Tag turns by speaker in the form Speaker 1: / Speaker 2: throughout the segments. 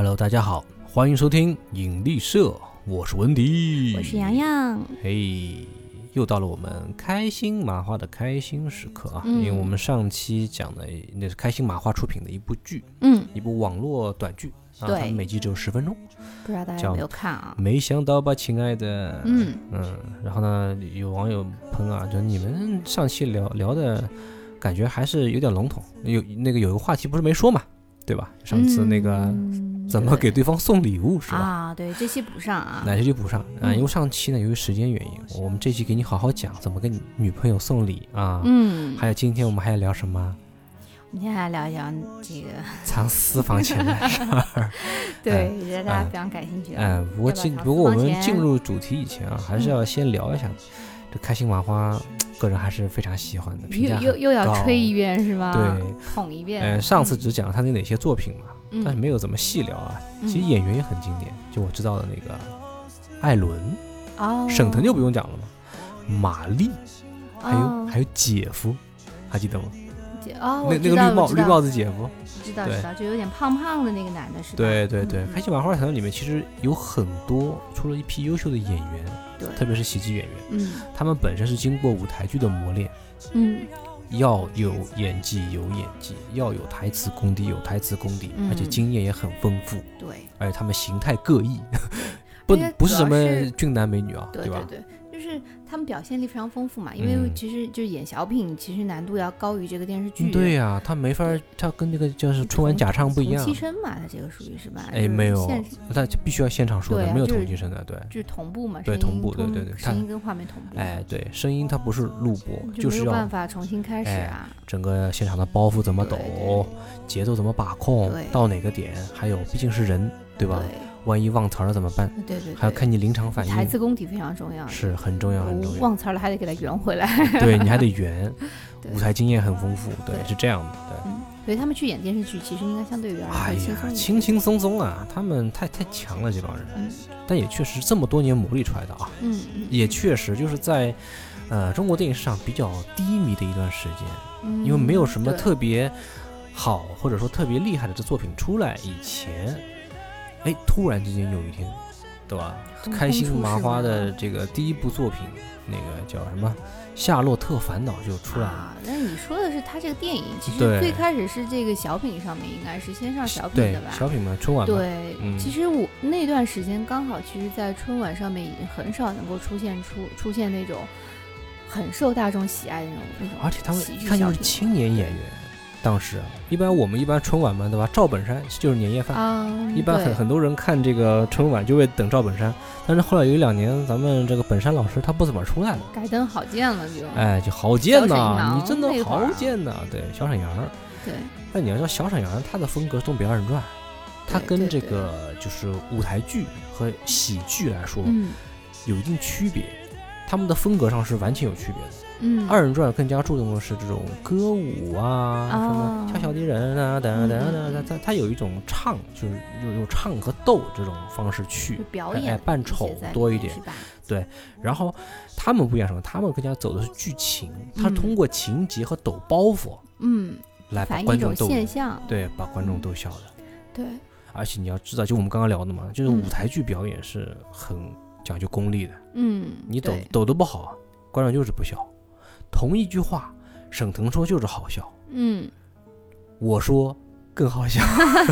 Speaker 1: Hello， 大家好，欢迎收听引力社，我是文迪，
Speaker 2: 我是洋洋。
Speaker 1: 嘿，又到了我们开心麻花的开心时刻啊！因为我们上期讲的那是开心麻花出品的一部剧，一部网络短剧啊，他们每集只有10分钟，
Speaker 2: 不知道大家有没有看啊？
Speaker 1: 没想到吧，亲爱的，然后呢，有网友喷啊，就你们上期聊的感觉还是有点笼统，有个话题不是没说嘛，对吧？上次那个怎么给对方送礼物是吧？
Speaker 2: 啊，对，这期补上啊，
Speaker 1: 这期补上啊，因为上期呢由于时间原因，我们这期给你好好讲怎么跟女朋友送礼啊。还有今天我们还要聊什么？
Speaker 2: 我们今天还聊一聊这个
Speaker 1: 藏私房钱的事儿。
Speaker 2: 对，也大家非常感兴趣的。
Speaker 1: 不过我们进入主题以前啊，还是要先聊一下这开心麻花，个人还是非常喜欢的，评价
Speaker 2: 又要吹一遍是吧？
Speaker 1: 对，
Speaker 2: 捧一遍。
Speaker 1: 上次只讲他的哪些作品嘛，但是没有怎么细聊啊。其实演员也很经典，就我知道的那个艾伦，沈腾就不用讲了嘛，马丽，还有姐夫，还记得吗？那个绿帽子姐夫，
Speaker 2: 知道，就有点胖胖的那个男的是吧？
Speaker 1: 对，开心麻花团里面其实有很多出了一批优秀的演员，特别是喜剧演员，他们本身是经过舞台剧的磨练，要有演技，要有台词功底，而且经验也很丰富，
Speaker 2: 对，
Speaker 1: 而且他们形态各异，不是什么俊男美女啊，对吧？
Speaker 2: 对，就是他们表现力非常丰富嘛，因为其实就是演小品，其实难度要高于这个电视剧。
Speaker 1: 对呀，他没法，他跟这个就是春晚假唱不一样。
Speaker 2: 同期声嘛，他这个属于是吧？
Speaker 1: 没有，他必须要现场说的，没有同期声的，对，
Speaker 2: 就是同步嘛，
Speaker 1: 对，同步，对，
Speaker 2: 声音跟画面同步。
Speaker 1: 对，声音它不是录播，就是要
Speaker 2: 没有办法重新开始啊。
Speaker 1: 整个现场的包袱怎么抖，节奏怎么把控，到哪个点，还有毕竟是人，对吧？万一忘词了怎么办？对，还要看你临场反应。
Speaker 2: 台词功底非常重要，
Speaker 1: 是很重要。
Speaker 2: 忘词了还得给它圆回来。
Speaker 1: 对，你还得圆。舞台经验很丰富，对，是这样的。对，
Speaker 2: 所以他们去演电视剧，其实应该相对于而言
Speaker 1: 轻轻松松啊，他们太强了这帮人。但也确实这么多年磨砺出来的啊。也确实就是在中国电影市场比较低迷的一段时间，因为没有什么特别好或者说特别厉害的这作品出来以前。突然之间有一天，对吧？开心麻花的这个第一部作品，那个叫什么《夏洛特烦恼》就出来了。
Speaker 2: 那你说的是他这个电影，其实最开始是这个小品上面应该是先上小品的吧？
Speaker 1: 小品嘛，春晚嘛。
Speaker 2: 对，其实我那段时间刚好，其实，在春晚上面已经很少能够出现那种很受大众喜爱的那种，
Speaker 1: 而且他们一看就是青年演员。当时我们一般春晚嘛，对吧？赵本山就是年夜饭一般很多人看这个春晚就会等赵本山，但是后来有1-2年，咱们这个本山老师他不怎么出来了，
Speaker 2: 改登郝建了
Speaker 1: 就郝建呐，你真的郝建呐，对，小沈阳，
Speaker 2: 对。
Speaker 1: 但你要知道小沈阳他的风格是东北二人转，他跟这个就是舞台剧和喜剧来说有一定区别，他们的风格上是完全有区别的。二人转更加注重的是这种歌舞啊，什么跳小敌人啊，等等，他有一种唱，就是用唱和逗这种方式去
Speaker 2: 表演，
Speaker 1: 扮丑多一点，对。然后他们不一样，什么？他们更加走的是剧情，他通过情节和抖包袱，来把观众逗现象，对，把观众逗笑的，
Speaker 2: 对。
Speaker 1: 而且你要知道，就我们刚刚聊的嘛，就是舞台剧表演是很讲究功力的，你抖得不好，观众就是不笑。同一句话，沈腾说就是好笑，我说更好笑，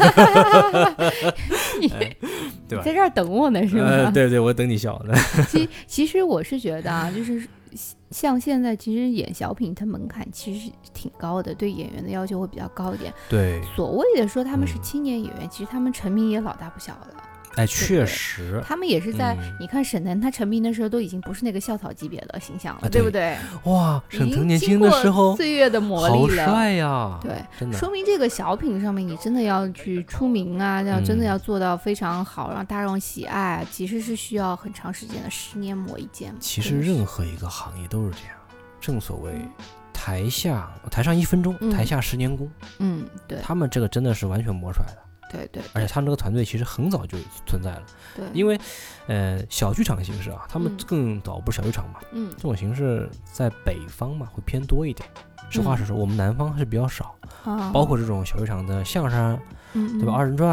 Speaker 1: 对吧？
Speaker 2: 在这儿等我呢是吗？
Speaker 1: 对，我等你笑呢。
Speaker 2: 其实我是觉得啊，就是像现在其实演小品，它门槛其实挺高的，对演员的要求会比较高一点。
Speaker 1: 对，
Speaker 2: 所谓的说他们是青年演员，其实他们成名也老大不小了。
Speaker 1: 确实，
Speaker 2: 他们也是在你看沈腾他成名的时候都已经不是那个校草级别的形象了，对不对？
Speaker 1: 哇，沈腾年轻的时候
Speaker 2: 岁月的磨砺了，
Speaker 1: 好帅呀！
Speaker 2: 对，
Speaker 1: 真的，
Speaker 2: 说明这个小品上面你真的要去出名啊，真的要做到非常好，让大众喜爱，其实是需要很长时间的10年磨一剑。
Speaker 1: 其实任何一个行业都是这样，正所谓台上1分钟，台下10年功。
Speaker 2: 对，
Speaker 1: 他们这个真的是完全磨出来的。
Speaker 2: 对，
Speaker 1: 而且他们这个团队其实很早就存在了，
Speaker 2: 对，
Speaker 1: 因为小剧场形式啊，他们更早不是小剧场嘛，这种形式在北方嘛会偏多一点，实话实说，我们南方是比较少，包括这种小剧场的相声，对吧？二人转，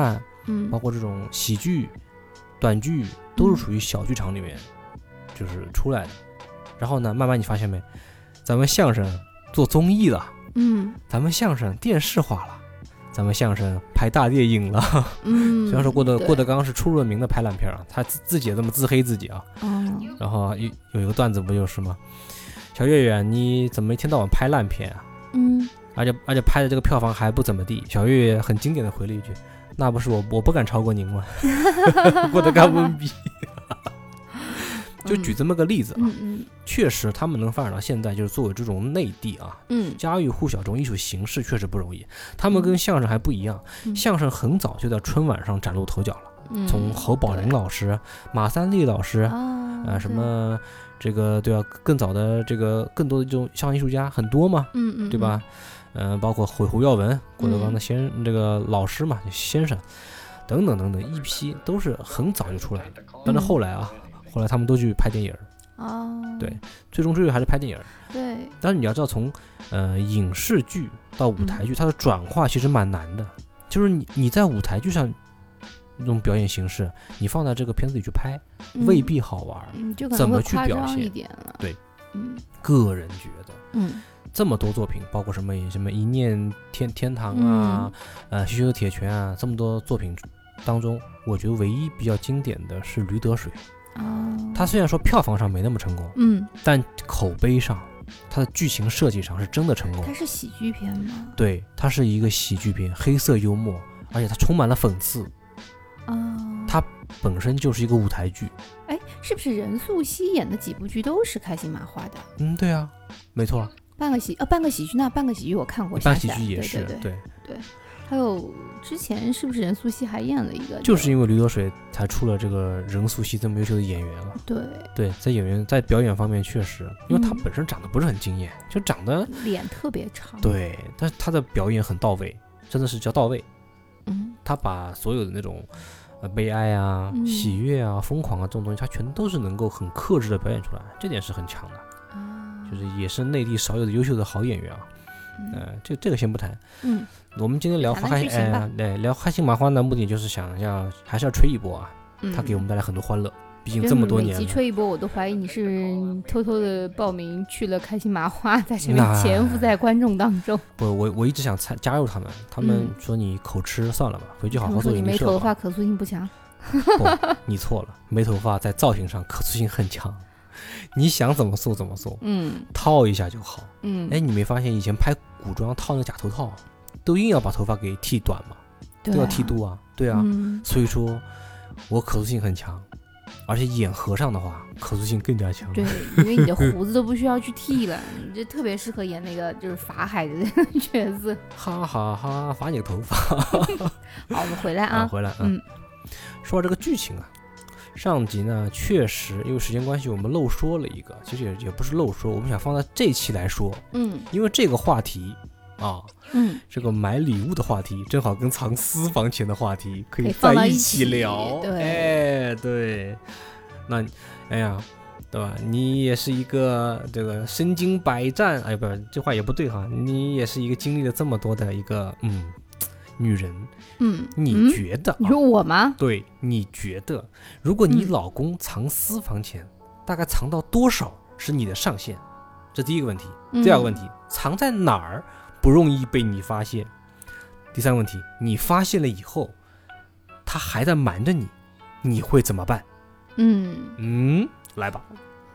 Speaker 1: 包括这种喜剧、短剧都是属于小剧场里面就是出来的。然后呢，慢慢你发现没，咱们相声做综艺了，咱们相声电视化了，咱们相声拍大电影了。虽然说郭德纲是出了名的拍烂片啊，他自己也这么自黑自己啊。然后有一个段子不就是吗？小岳岳，你怎么一天到晚拍烂片啊？而且拍的这个票房还不怎么地。小岳岳很经典的回了一句：“那不是我不敢超过您吗？”郭德纲懵逼。就举这么个例子啊，确实他们能发展到现在，就是作为这种内地啊，家喻户晓这种艺术形式确实不容易。他们跟相声还不一样，相声很早就在春晚上崭露头角了，从侯宝林老师、马三立老师什么这个对吧？更早的这个更多的这种相声艺术家很多嘛，对吧？包括胡耀文、郭德纲的这个老师嘛，先生等等等等，一批都是很早就出来的。但是后来他们都去拍电影对，最终追求还是拍电影。
Speaker 2: 对，
Speaker 1: 但是你要知道，从影视剧到舞台剧，它的转化其实蛮难的。就是你在舞台剧上那种表演形式，你放在这个片子里去拍，未必好玩，
Speaker 2: 就可能
Speaker 1: 怎么去表现
Speaker 2: 一点了。
Speaker 1: 对，个人觉得，这么多作品，包括什么一念天堂啊，羞羞的铁拳啊，这么多作品当中，我觉得唯一比较经典的是《驴得水》。它虽然说票房上没那么成功，但口碑上，它的剧情设计上是真的成功。
Speaker 2: 它是喜剧片吗？
Speaker 1: 对，它是一个喜剧片，黑色幽默，而且它充满了讽刺。它本身就是一个舞台剧。
Speaker 2: 是不是任素汐演的几部剧都是开心麻花的？
Speaker 1: 对啊，没错。
Speaker 2: 半个喜剧，那半个喜剧我看过，
Speaker 1: 半个喜剧也是，对。
Speaker 2: 还有之前是不是任素汐还演了一个？
Speaker 1: 就是因为驴得水才出了这个任素汐这么优秀的演员了。对，在表演方面确实，因为她本身长得不是很惊艳，就长得
Speaker 2: 脸特别长。
Speaker 1: 对，但是她的表演很到位，真的是叫到位。她把所有的那种悲哀啊、喜悦啊、疯狂啊这种东西，她全都是能够很克制的表演出来，这点是很强的。就是也是内地少有的优秀的好演员啊。这个先不谈。我们今天聊聊开心麻花的目的就是还是要吹一波啊。他给我们带来很多欢乐，毕竟这么多年了。每集
Speaker 2: 吹一波，我都怀疑你是偷偷的报名去了开心麻花，在这边潜伏在观众当中。
Speaker 1: 不，我一直想加入他们，他们说你口吃算了吧，回去好好做营销。
Speaker 2: 你没头发可塑性不强。
Speaker 1: 不，你错了，没头发在造型上可塑性很强。你想怎么塑怎么塑，套一下就好。你没发现以前拍古装套那个假头套，都硬要把头发给剃短嘛，都要剃度啊，对啊。所以说我可塑性很强，而且演和尚的话可塑性更加强。
Speaker 2: 对，因为你的胡子都不需要去剃了，你这特别适合演那个就是法海的角色。
Speaker 1: 哈哈哈，罚你个头发。
Speaker 2: 好，我们回来啊，
Speaker 1: 说到这个剧情啊。上集呢，确实因为时间关系，我们漏说了一个，其实也不是漏说，我们想放在这期来说，因为这个话题啊，这个买礼物的话题，正好跟藏私房钱的话题可以在一起聊，对，那对吧？你也是一个这个身经百战，不，这话也不对哈，你也是一个经历了这么多的一个女人，你觉得？
Speaker 2: 你说我吗？
Speaker 1: 对，你觉得，如果你老公藏私房钱，大概藏到多少是你的上限？这第一个问题。第二个问题，藏在哪儿不容易被你发现？第三个问题，你发现了以后，他还在瞒着你，你会怎么办？来吧，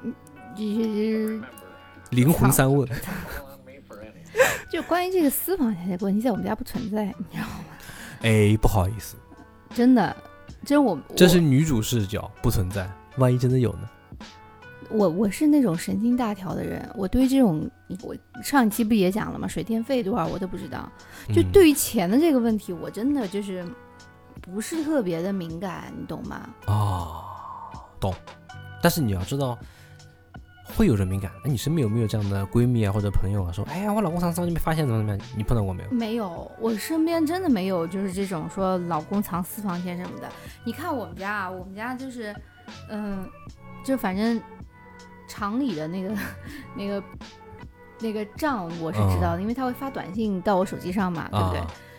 Speaker 1: 灵魂三问。
Speaker 2: 就关于这个私房钱的问题，在我们家不存在，你知道吗？
Speaker 1: 不好意思，
Speaker 2: 真的，
Speaker 1: 这是女主视角，不存在。万一真的有呢？
Speaker 2: 我是那种神经大条的人，我对这种，我上一期不也讲了吗？水电费多少我都不知道。就对于钱的这个问题，我真的就是不是特别的敏感，你懂吗？
Speaker 1: 懂。但是你要知道。会有人敏感，你身边有没有这样的闺蜜啊或者朋友啊？说，我老公藏私房钱被发现怎么样？你碰到过没有？
Speaker 2: 没有，我身边真的没有，就是这种说老公藏私房钱什么的。你看我们家就是，就反正厂里的那个账我是知道的，因为他会发短信到我手机上嘛，对不对？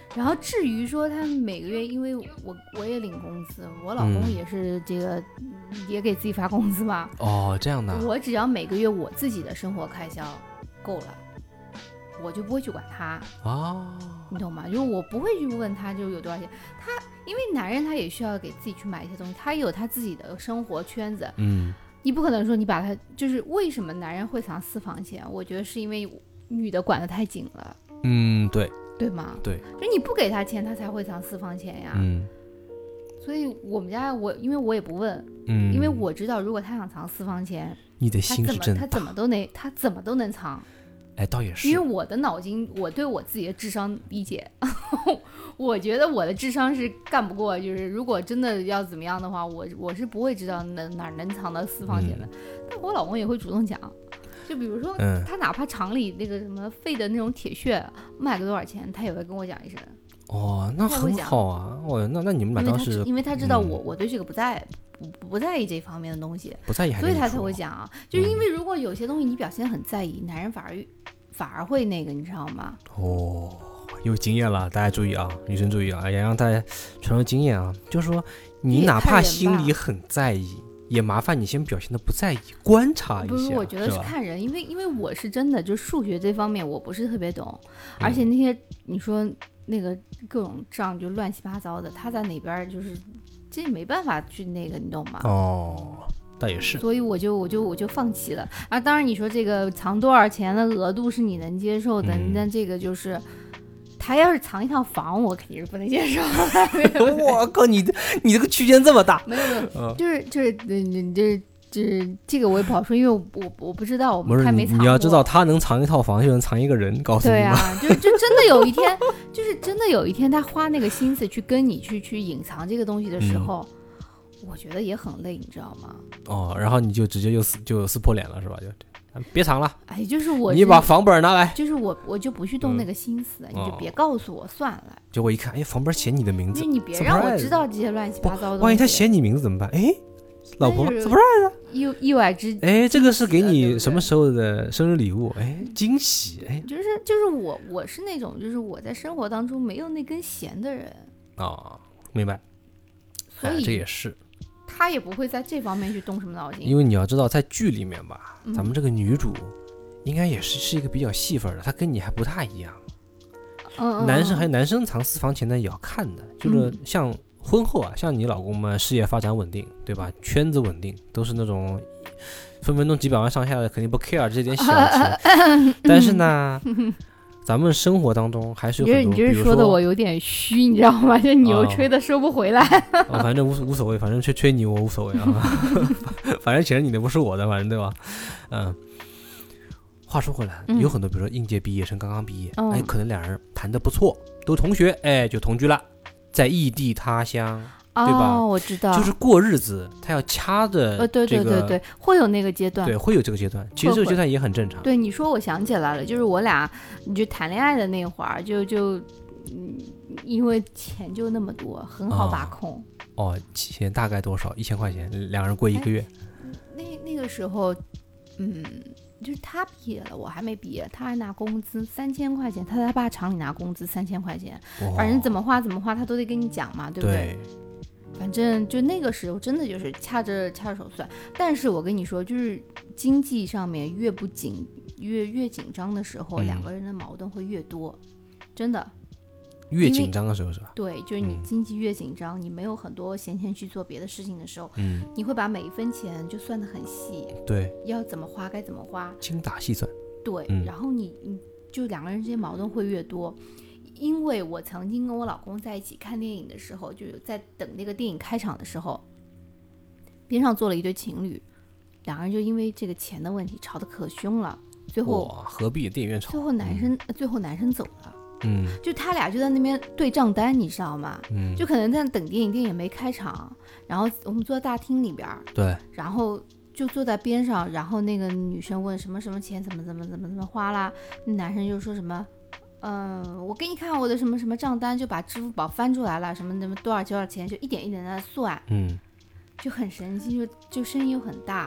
Speaker 2: 然后至于说他每个月，因为我也领工资，我老公也是这个、也给自己发工资嘛。
Speaker 1: 哦，这样的。
Speaker 2: 我只要每个月我自己的生活开销够了，我就不会去管他。你懂吗？就是我不会去问他就有多少钱。他因为男人他也需要给自己去买一些东西，他也有他自己的生活圈子。你不可能说你把他就是为什么男人会藏私房钱？我觉得是因为女的管得太紧了。对吗？
Speaker 1: 对，
Speaker 2: 就你不给他钱，他才会藏私房钱呀。所以我们家因为我也不问，因为我知道如果他想藏私房钱，
Speaker 1: 你的心是真大，
Speaker 2: 他怎么都能藏。
Speaker 1: 哎，倒也是，
Speaker 2: 因为我的脑筋，我对我自己的智商理解，我觉得我的智商是干不过，就是如果真的要怎么样的话，我是不会知道哪能藏到私房钱的。但我老公也会主动讲。就比如说，他哪怕厂里那个什么废的那种铁屑卖个多少钱，他也会跟我讲一声。
Speaker 1: 那很好啊。那你们俩当时，
Speaker 2: 因为他知道我对这个不在意这方面的东西，
Speaker 1: 不在意，
Speaker 2: 所以他才会讲啊。就是因为如果有些东西你表现很在意，男人反而会那个，你知道吗？
Speaker 1: 有经验了，大家注意啊，女生注意啊，也让大家传授经验啊。就是说，你哪怕心里很在意。也麻烦你先表现的不在意，观察一下。
Speaker 2: 不是，我觉得是看人，因为我是真的就数学这方面我不是特别懂，而且那些你说那个各种账就乱七八糟的，他在哪边就是这没办法去那个，你懂吗？
Speaker 1: 倒也是。
Speaker 2: 所以我就放弃了啊。当然你说这个藏多少钱的额度是你能接受的，但这个就是。他要是藏一套房，我肯定是不能接受。
Speaker 1: 我靠，你这个区间这么大？
Speaker 2: 没有，就是这个我也不好说，因为我不知道，我们还没藏过。
Speaker 1: 你要知道，他能藏一套房，就能藏一个人，告诉你。
Speaker 2: 对啊，就真的有一天，就是真的有一天，他花那个心思去跟你去隐藏这个东西的时候，我觉得也很累，你知道吗？
Speaker 1: 然后你就直接就撕破脸了，是吧？就。别藏了，
Speaker 2: 哎，就是
Speaker 1: 你把房本拿来，
Speaker 2: 就是我就不去动那个心思，你就别告诉我算了。
Speaker 1: 结果一看，房本写你的名字，
Speaker 2: 你别让我知道这些乱七八糟的东西。
Speaker 1: 万一他写你名字怎么办？哎，老婆 surprise，
Speaker 2: 意外之
Speaker 1: 哎，这个是给你什么时候的生日礼物？哎，惊喜哎，
Speaker 2: 就是我是那种就是我在生活当中没有那根弦的人
Speaker 1: 明白，
Speaker 2: 所以
Speaker 1: 这也是。
Speaker 2: 他也不会在这方面去动什么脑筋，
Speaker 1: 因为你要知道，在剧里面吧，咱们这个女主应该也是一个比较细分的，她跟你还不太一样。男生藏私房钱呢也要看的，就是像婚后啊，像你老公们事业发展稳定，对吧？圈子稳定，都是那种分钟几百万上下的，肯定不 care 这点小钱。但是呢。咱们生活当中还是有很多，
Speaker 2: 你这是说的我有点虚，你知道吗？这牛吹的收不回来。
Speaker 1: 反正无所谓，反正吹牛我无所谓啊。反正钱是你的，不是我的，反正对吧？话说回来，有很多比如说应届毕业生刚刚毕业，可能两人谈得不错，都同学，就同居了，在异地他乡。对吧？
Speaker 2: 我知道，
Speaker 1: 就是过日子，他要掐着
Speaker 2: 对，会有那个阶段，
Speaker 1: 对，会有这个阶段。其实这个阶段也很正常。
Speaker 2: 对，你说我想起来了，就是我俩你就谈恋爱的那会儿，因为钱就那么多，很好把控。
Speaker 1: 钱大概多少？1000块钱，两人过1个月。
Speaker 2: 那个时候，就是他毕业了，我还没毕业，他还拿工资3000块钱，他在他爸厂里拿工资3000块钱，反正怎么花他都得跟你讲嘛，对不对？反正就那个时候真的就是掐着手算，但是我跟你说，就是经济上面越不紧越紧张的时候，两个人的矛盾会越多，真的。
Speaker 1: 越紧张的时候是吧？
Speaker 2: 对，就是你经济越紧张，你没有很多闲钱去做别的事情的时候，你会把每一分钱就算得很细，
Speaker 1: 对，
Speaker 2: 要怎么花该怎么花，
Speaker 1: 精打细算。
Speaker 2: 对，然后你就两个人之间矛盾会越多。因为我曾经跟我老公在一起看电影的时候，就有在等那个电影开场的时候，边上坐了一对情侣，两个人就因为这个钱的问题吵得可凶了。最后
Speaker 1: 何必电影院吵？
Speaker 2: 最后男生走了，就他俩就在那边对账单，你知道吗？就可能在等电影也没开场，然后我们坐在大厅里边，
Speaker 1: 对，
Speaker 2: 然后就坐在边上，然后那个女生问什么钱怎么花啦，男生就说什么。我给你看我的什么什么账单，就把支付宝翻出来了，什么多少钱，就一点一点的算，就很神奇，就声音又很大，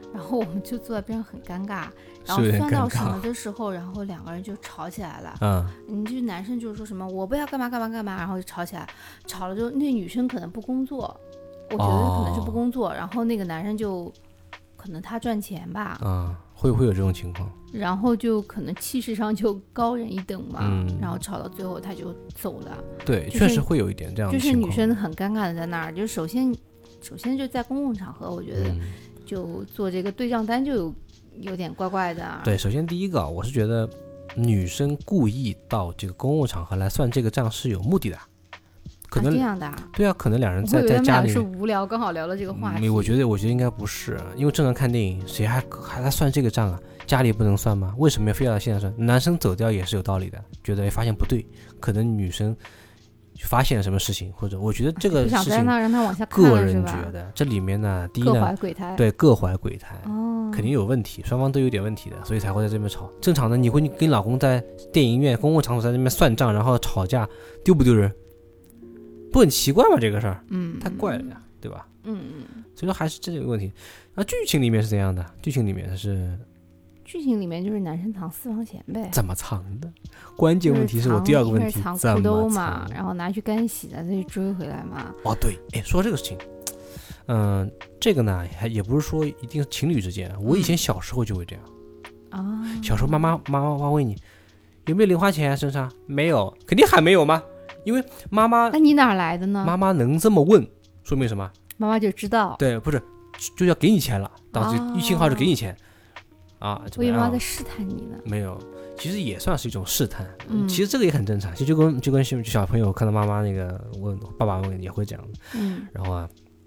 Speaker 2: 然后我们就坐在边上很尴尬，然后算到什么的时候，然后两个人就吵起来了。你这男生就是说什么我不要干嘛干嘛干嘛，然后就吵起来，吵了就那女生可能不工作，我觉得可能是不工作，然后那个男生就可能他赚钱吧，
Speaker 1: 会有这种情况，
Speaker 2: 然后就可能气势上就高人一等嘛，然后吵到最后他就走了。
Speaker 1: 对，确实会有一点这样的情况，
Speaker 2: 就是女生很尴尬的在那儿，就首先就在公共场合，我觉得就做这个对账单就有点怪怪的。
Speaker 1: 对，首先第一个我是觉得女生故意到这个公共场合来算这个账是有目的的，可能
Speaker 2: 这样的。
Speaker 1: 对啊，可能两人在家里
Speaker 2: 是无聊刚好聊了这个话题。
Speaker 1: 我觉得应该不是，因为正常看电影谁还在算这个账啊？家里不能算吗？为什么非要现在算？男生走掉也是有道理的，觉得发现不对，可能女生发现了什么事情，或者我觉得这个事情
Speaker 2: 让他往下看，
Speaker 1: 个人觉得这里面呢，第一呢，
Speaker 2: 各怀鬼胎，
Speaker 1: 对，各怀鬼胎，肯定有问题，双方都有点问题的，所以才会在这边吵。正常的，你会跟老公在电影院、公共场所在那边算账，然后吵架，丢不丢人？不很奇怪吗？这个事儿，太怪了呀，对吧？所以说还是这个问题。那剧情里面是怎样的？剧情里面
Speaker 2: 就是男生藏私房钱呗。
Speaker 1: 怎么藏的？关键问题是我第二个问题，
Speaker 2: 藏裤兜嘛，然后拿去干洗了，再去追回来嘛。
Speaker 1: 对，说这个事情，这个呢，也不是说一定是情侣之间。我以前小时候就会这样小时候妈妈问你有没有零花钱身上，没有，肯定还没有吗？因为妈妈，
Speaker 2: 那你哪来的呢？
Speaker 1: 妈妈能这么问，说明什么？
Speaker 2: 妈妈就知道。
Speaker 1: 对，不是就要给你钱了，当时一信号就给你钱
Speaker 2: 我以为妈妈在试探你呢。
Speaker 1: 没有，其实也算是一种试探。其实这个也很正常，其实就跟小朋友看到妈妈那个问爸爸问也会这样的。然后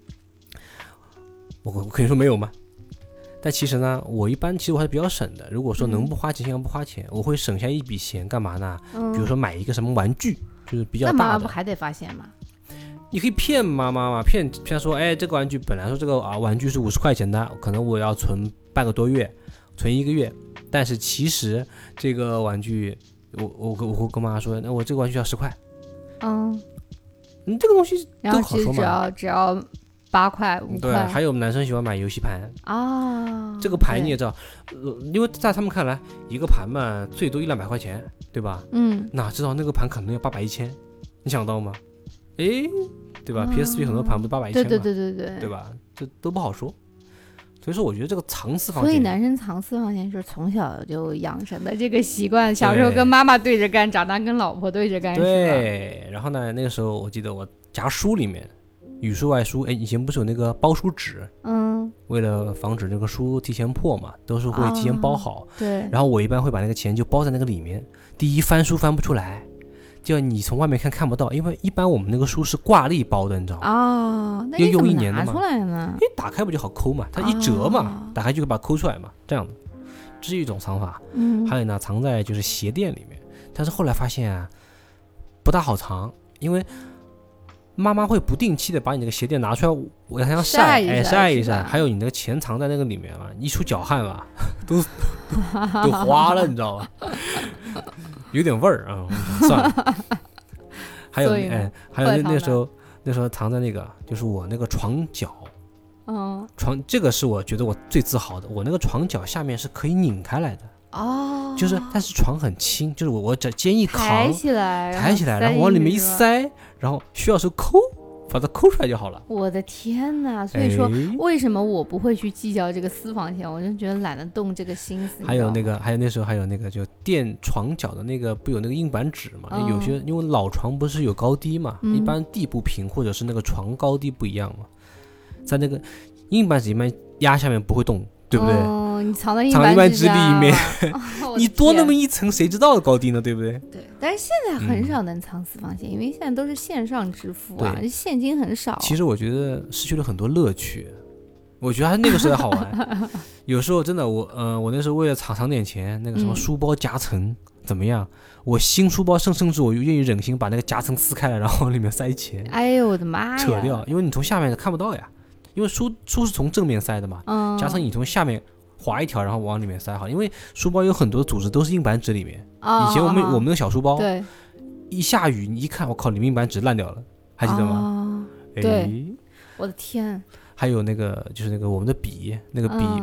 Speaker 1: 我可以说没有吗？但其实呢，我一般其实我还是比较省的。如果说能不花钱，先不花钱，我会省下一笔钱干嘛呢？比如说买一个什么玩具，就是比较大的。
Speaker 2: 那妈妈不还得发现吗？
Speaker 1: 你可以骗妈妈嘛，骗说，这个玩具本来说这个玩具是50块钱的，可能我要存半个多月，存1个月，但是其实这个玩具，我会跟妈妈说，那我这个玩具要10块。这个东西都好说嘛，
Speaker 2: 只要8块5块。
Speaker 1: 对，还有男生喜欢买游戏盘这个盘你也知道，因为在他们看来，一个盘嘛，最多100-200块钱，对吧？哪知道那个盘可能要800-1000，你想到吗？对吧？PSP 很多盘不是800-1000吗？对吧？这都不好说。所以说，我觉得这个藏私房钱，
Speaker 2: 所以男生藏私房钱就是从小就养成的这个习惯，小时候跟妈妈对着干，长大跟老婆对着干。
Speaker 1: 对，然后呢，那个时候我记得我夹书里面，语数外书，以前不是有那个包书纸，为了防止这个书提前破嘛，都是会提前包好。
Speaker 2: 对。
Speaker 1: 然后我一般会把那个钱就包在那个里面，第一翻书翻不出来。就你从外面看不到，因为一般我们那个书是挂历包的，你知道吗？
Speaker 2: 那你怎么拿
Speaker 1: 出
Speaker 2: 来呢？
Speaker 1: 打开不就好抠嘛，它一折嘛，打开就可以把它抠出来嘛，这样的，这是一种藏法。还有呢，藏在就是鞋垫里面，但是后来发现不大好藏，因为妈妈会不定期的把你那个鞋垫拿出来，我让它晒一晒，还有你那个钱藏在那个里面嘛，一出脚汗嘛，都花了，你知道吧？有点味儿算了。还有那时候藏在那个就是我那个床角，这个是我觉得我最自豪的，我那个床角下面是可以拧开来的就是但是床很轻，就是我只肩一扛
Speaker 2: 抬起来，
Speaker 1: 然后往里面一塞，然后需要时候抠。把它抠出来就好了。
Speaker 2: 我的天哪！所以说，为什么我不会去计较这个私房钱？我就觉得懒得动这个心思。
Speaker 1: 还有那时候还有那个就垫床角的那个，不有那个硬板纸嘛？有些因为老床不是有高低嘛，一般地不平或者是那个床高低不一样嘛，在那个硬板纸里面压下面不会动，对不对？
Speaker 2: 你藏在硬
Speaker 1: 板纸里面，你多那么一层，谁知道高低呢？对不对？
Speaker 2: 对。但是现在很少能藏私房钱，因为现在都是线上支付现金很少。
Speaker 1: 其实我觉得失去了很多乐趣，我觉得还是那个时代好玩。有时候真的，我那时候为了藏点钱，那个什么书包夹层怎么样？我新书包甚至我愿意忍心把那个夹层撕开来，然后里面塞钱。
Speaker 2: 哎呦我的妈呀！
Speaker 1: 扯掉，因为你从下面看不到呀，因为书是从正面塞的嘛，夹层你从下面划一条，然后往里面塞好，因为书包有很多组织都是硬板纸里面。以前我们那个小书包，
Speaker 2: 对，
Speaker 1: 一下雨你一看，我靠，里面硬板纸烂掉了，还记得吗？
Speaker 2: 对，我的天！
Speaker 1: 还有那个就是那个我们的笔，那个笔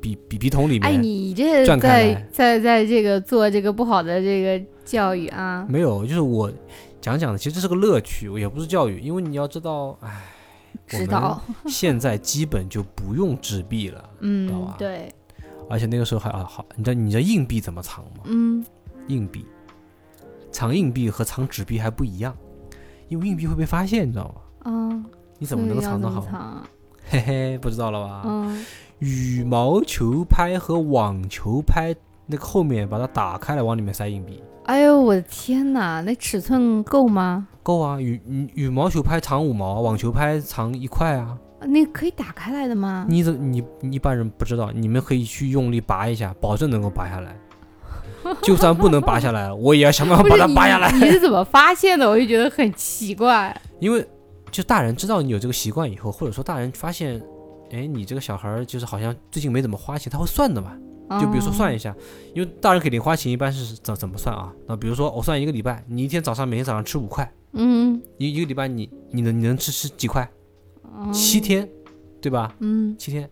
Speaker 1: 笔筒里面。
Speaker 2: 哎，你这在这个做这个不好的这个教育啊？
Speaker 1: 没有，就是我讲的，其实这是个乐趣，也不是教育，因为你要知道，
Speaker 2: 知道
Speaker 1: 现在基本就不用纸币了，知道吧？
Speaker 2: 对。
Speaker 1: 而且那个时候还好，你知道硬币怎么藏吗？硬币藏硬币和藏纸币还不一样，因为硬币会被发现，你知道吗？你怎么能藏得好？嘿嘿，不知道了吧？羽毛球拍和网球拍那个后面把它打开来，往里面塞硬币。
Speaker 2: 哎呦我的天哪，那尺寸够吗？
Speaker 1: 够啊，羽毛球拍藏5毛，网球拍藏1块啊。
Speaker 2: 那可以打开来的吗？
Speaker 1: 你一般人不知道，你们可以去用力拔一下，保证能够拔下来。就算不能拔下来，我也要想办法把它拔下来。
Speaker 2: 你是怎么发现的？我就觉得很奇怪。
Speaker 1: 因为就大人知道你有这个习惯以后，或者说大人发现，你这个小孩就是好像最近没怎么花钱，他会算的嘛。就比如说算一下，因为大人给零花钱一般是怎么算啊？那比如说我算1个礼拜，你每天早上吃5块，一个礼拜你能吃几块？7天，对吧？7天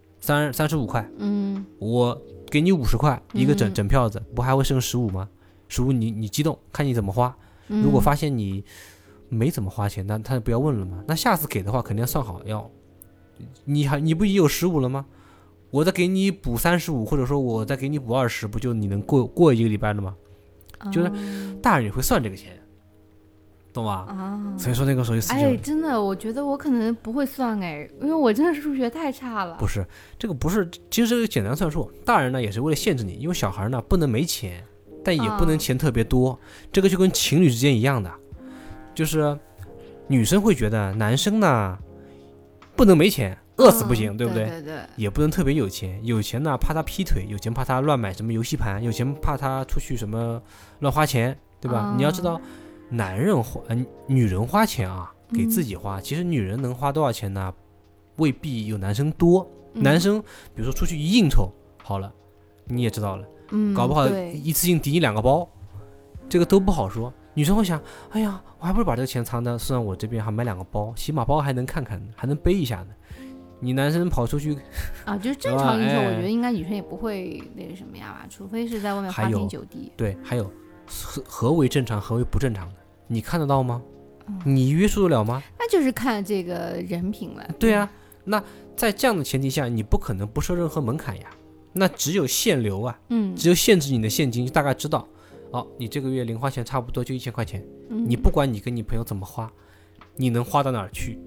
Speaker 1: ，35块。我给你50块一个整票子，不还会剩15吗？15你激动，看你怎么花。如果发现你没怎么花钱，那他不要问了嘛。那下次给的话，肯定要算好，你不已经有15了吗？我再给你补35，或者说我再给你补20，不就你能过1个礼拜了吗？就是大人也会算这个钱，懂吗？所以说那个时候
Speaker 2: 真的，我觉得我可能不会算因为我真的数学太差了。
Speaker 1: 不是这个，不是，其实这个简单算术，大人呢也是为了限制你，因为小孩呢不能没钱，但也不能钱特别多。这个就跟情侣之间一样的，就是女生会觉得男生呢不能没钱。饿死不行，对不对？
Speaker 2: 对，
Speaker 1: 也不能特别有钱，有钱呢怕他劈腿，有钱怕他乱买什么游戏盘，有钱怕他出去什么乱花钱，对吧？你要知道，女人花钱啊，给自己花，其实女人能花多少钱呢？未必有男生多。男生比如说出去一应酬，好了，你也知道了，搞不好一次性抵你2个包，这个都不好说。女生会想，哎呀，我还不如把这个钱藏在算我这边，还买2个包，起码包还能看看，还能背一下呢。你男生跑出去
Speaker 2: 就是正常应酬，我觉得应该女生也不会那个什么呀吧，除非是在外面花天酒地。
Speaker 1: 对，还有何为正常，何为不正常的，你看得到吗？你约束得了吗？
Speaker 2: 那就是看这个人品了。
Speaker 1: 对啊，那在这样的前提下，你不可能不设任何门槛呀。那只有限流啊，只有限制你的现金，就大概知道，你这个月零花钱差不多就1000块钱，你不管你跟你朋友怎么花，你能花到哪儿去？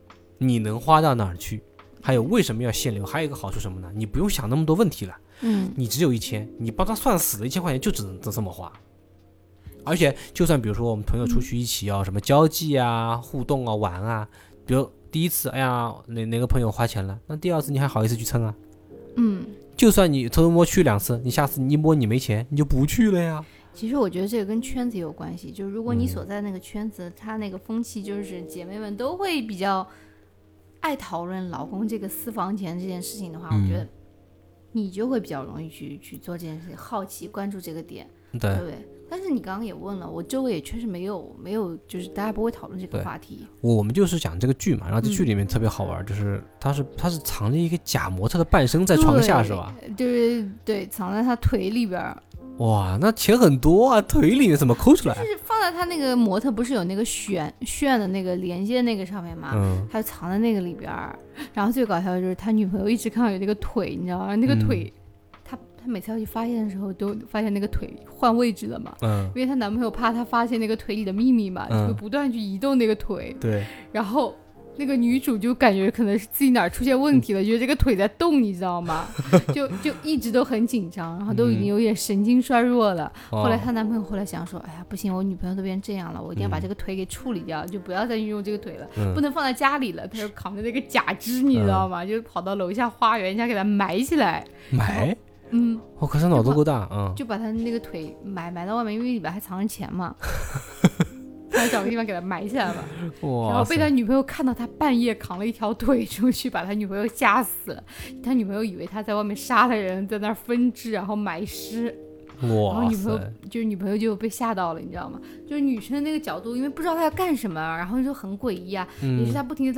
Speaker 1: 还有为什么要限流？还有一个好处什么呢？你不用想那么多问题了。你只有1000，你帮他算死了，1000块钱就只能这么花。而且就算比如说我们朋友出去一起要什么交际啊、互动啊、玩啊，比如第一次，哎呀，哪个朋友花钱了，那第2次你还好意思去蹭啊？就算你偷摸去2次，你下次你一摸你没钱，你就不去了呀。
Speaker 2: 其实我觉得这个跟圈子有关系，就是如果你所在那个圈子，它那个风气就是姐妹们都会比较爱讨论老公这个私房钱这件事情的话，我觉得你就会比较容易去做这件事情，好奇关注这个点，对不对？但是你刚刚也问了，我周围也确实没有，就是大家不会讨论这个话题。
Speaker 1: 我们就是讲这个剧嘛，然后这剧里面特别好玩，就是他是藏着一个假模特的半身在床下，是吧？
Speaker 2: 对，藏在他腿里边。
Speaker 1: 哇，那钱很多啊，腿里面怎么抠出来？
Speaker 2: 就是放在他那个模特不是有那个旋的那个连接那个上面嘛，他就藏在那个里边。然后最搞笑的就是他女朋友一直看到有那个腿，你知道吗？那个腿，他每次要去发现的时候，都发现那个腿换位置了嘛。因为她男朋友怕她发现那个腿里的秘密嘛，就会不断去移动那个腿。
Speaker 1: 对，
Speaker 2: 然后那个女主就感觉可能是自己哪儿出现问题了，觉得这个腿在动，你知道吗？就一直都很紧张，然后都已经有点神经衰弱了。后来她男朋友后来想说，哎呀不行，我女朋友都变这样了，我一定要把这个腿给处理掉，就不要再运用这个腿了，不能放在家里了。他就扛着那个假肢，你知道吗？就跑到楼下花园，人家给他埋起来。
Speaker 1: 埋？我可是脑子够大，
Speaker 2: 就把他那个腿埋到外面，因为里边还藏着钱嘛。他找个地方给他埋起来了，然后被他女朋友看到他半夜扛了一条腿出去，把他女朋友吓死了。他女朋友以为他在外面杀了人，在那儿分尸，然后埋尸。然后女朋友就被吓到了，你知道吗？就是女生的那个角度，因为不知道他要干什么，然后就很诡异啊。也是他不停的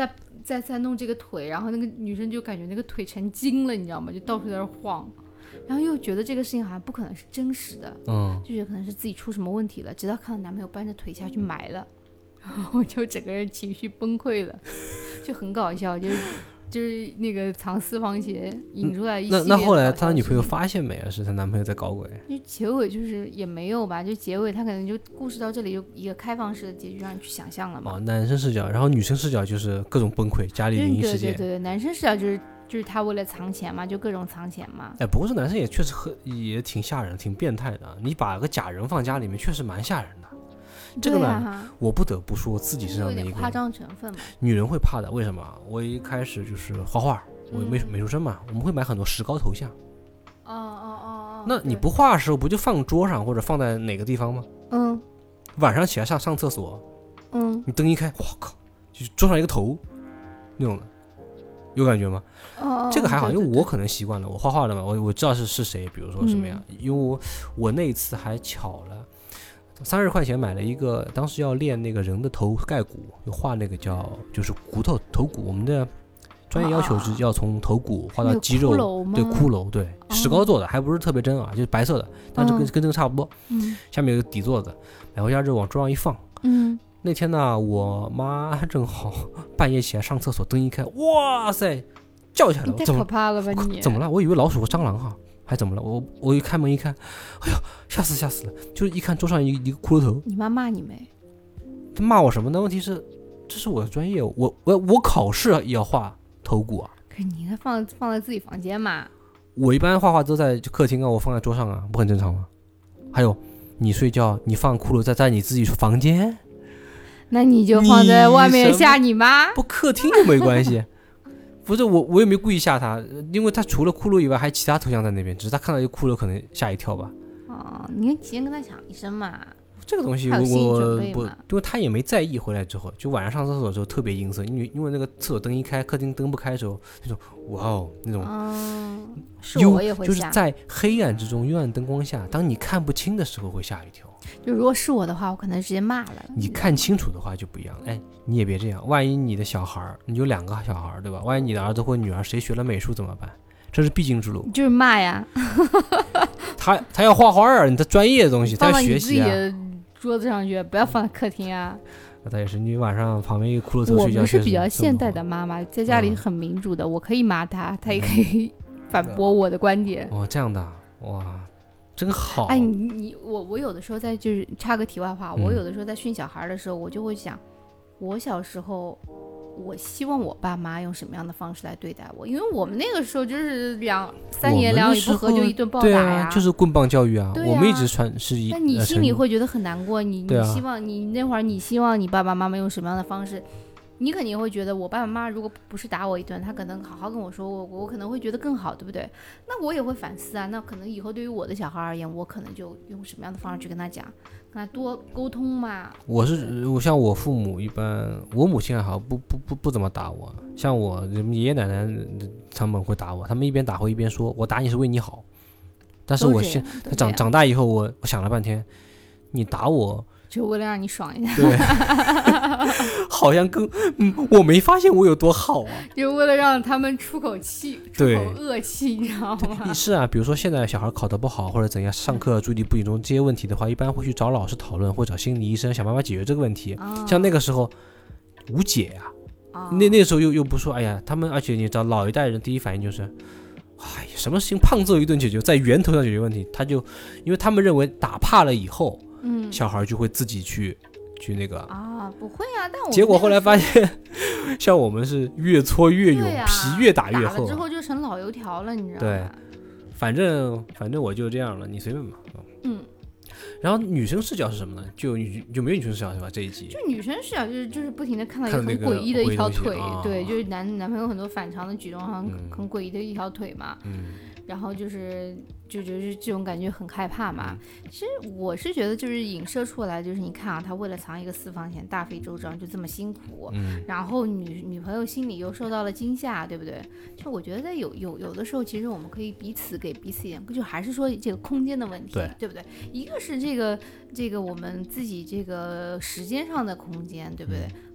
Speaker 2: 在弄这个腿，然后那个女生就感觉那个腿成筋了，你知道吗？就到处在那晃，然后又觉得这个事情好像不可能是真实的，就觉得可能是自己出什么问题了，直到看到男朋友搬着腿下去埋了，然后就整个人情绪崩溃了，就很搞笑，就是那个藏私房钱引出来一系列。
Speaker 1: 那后来他女朋友发现没啊？是他男朋友在搞鬼？
Speaker 2: 就结尾就是也没有吧，就结尾他可能就故事到这里就一个开放式的结局让你去想象了嘛。
Speaker 1: 男生视角，然后女生视角就是各种崩溃，家里灵异事件。
Speaker 2: 对，男生视角就是他为了藏钱嘛，就各种藏钱嘛。
Speaker 1: 不过这男生也确实也挺吓人，挺变态的。你把个假人放家里面，确实蛮吓人的。这个呢，我不得不说自己身上的一个
Speaker 2: 有点夸张成分嘛。
Speaker 1: 女人会怕的，为什么？我一开始就是画画，我美术生嘛，我们会买很多石膏头像。那你不画的时候，不就放桌上或者放在哪个地方吗？晚上起来上厕所，你灯一开，哇靠，就桌上一个头那种的，有感觉吗？这个还好，因为我可能习惯了，我画画的嘛，我知道是谁，比如说什么样。因为我那一次还巧了。30块钱买了一个，当时要练那个人的头盖骨，就画那个就是骨头头骨。我们的专业要求是要从头骨画到肌肉，对，骷髅，对，石膏做的，还不是特别真啊，就是白色的，但是跟这个差不多。下面有个底座子，买回家之后往桌上一放。那天呢，我妈正好半夜起来上厕所，灯一开，哇塞，叫起来了，
Speaker 2: 太可怕了吧你？
Speaker 1: 怎么了？我以为老鼠和蟑螂哈。还怎么了？我一开门一看，哎呦，吓死了！就是一看桌上一个骷髅头。
Speaker 2: 你妈骂你没？
Speaker 1: 他骂我什么呢？问题是，这是我的专业，我考试也要画头骨啊。
Speaker 2: 可是你应该放在自己房间嘛。
Speaker 1: 我一般画画都在客厅啊，我放在桌上啊，不很正常吗？还有，你睡觉你放骷髅在你自己房间，
Speaker 2: 那你就放在外面吓你妈。
Speaker 1: 不，客厅就没关系。不是我也没故意吓他，因为他除了骷髅以外还有其他头像在那边，只是他看到一个骷髅可能吓一跳吧。
Speaker 2: 你提前跟他讲一声嘛。
Speaker 1: 这个东西我不，因为他也没在意。回来之后，就晚上上厕所的时候特别阴森，因为那个厕所灯一开，客厅灯不开的时候，那种哇哦那种，
Speaker 2: 是我也会吓，
Speaker 1: 就是在黑暗之中幽暗灯光下，当你看不清的时候会吓一跳。
Speaker 2: 就如果是我的话，我可能直接骂了。
Speaker 1: 你看清楚的话就不一样。你也别这样，万一你的小孩，你有2个小孩，对吧？万一你的儿子或女儿谁学了美术怎么办？这是必经之路。
Speaker 2: 就是骂呀。
Speaker 1: 他要画画啊，你的专业的东西，他要学习啊。
Speaker 2: 放到你自己的桌子上去，不要放在客厅啊。
Speaker 1: 那也是，你晚上旁边一个骷髅头睡觉。
Speaker 2: 我们是比较现代的妈妈，在家里很民主的，我可以骂他，他也可以反驳我的观点。
Speaker 1: 这样的，哇。真好。
Speaker 2: 我有的时候就是插个题外话，我有的时候在训小孩的时候，我就会想，我小时候，我希望我爸妈用什么样的方式来对待我？因为我们那个时候就是3言2语不合就一顿暴打呀，
Speaker 1: 对啊，就是棍棒教育啊。我们一直
Speaker 2: 那你心里会觉得很难过，你希望你那会儿你希望你爸爸妈妈用什么样的方式？你肯定会觉得我爸爸妈妈如果不是打我一顿，他可能好好跟我说，我可能会觉得更好，对不对？那我也会反思啊。那可能以后对于我的小孩而言，我可能就用什么样的方式去跟他讲，跟他多沟通嘛。我
Speaker 1: 像我父母一般，我母亲还好，不怎么打我。像我爷爷奶奶他们会打我，他们一边打会一边说，我打你是为你好。但是我长大以后，我想了半天，你打我。
Speaker 2: 就为了让你爽一下，
Speaker 1: 对，好像我没发现我有多好啊，
Speaker 2: 就为了让他们出口气，出口恶气，你知道吗？
Speaker 1: 是啊，比如说现在小孩考得不好或者怎样，上课注意力不集中这些问题的话，一般会去找老师讨论，或者找心理医生想办法解决这个问题。像那个时候无解啊，那个时候又不说，哎呀，他们而且你知道老一代人第一反应就是，哎，什么事情胖揍一顿解决，在源头上解决问题，因为他们认为打怕了以后。小孩就会自己去那个
Speaker 2: 不会啊，但我
Speaker 1: 结果后来发现，像我们是越挫越勇，皮越打越厚，
Speaker 2: 打了之后就成老油条了，你知道吗？
Speaker 1: 对，反正我就这样了，你随便吧。然后女生视角是什么呢？就没有女生视角是吧？这一集
Speaker 2: 就女生视角就是不停的看到一个很诡异的一条腿，对，就是男朋友很多反常的举动，很诡异的一条腿嘛。然后就是这种感觉很害怕嘛。其实我是觉得就是影射出来，就是你看啊，他为了藏一个私房钱大费周章，就这么辛苦，然后女朋友心里又受到了惊吓，对不对？就我觉得在有的时候，其实我们可以给彼此一点，就还是说这个空间的问题，对不对？一个是这个我们自己这个时间上的空间，对不对？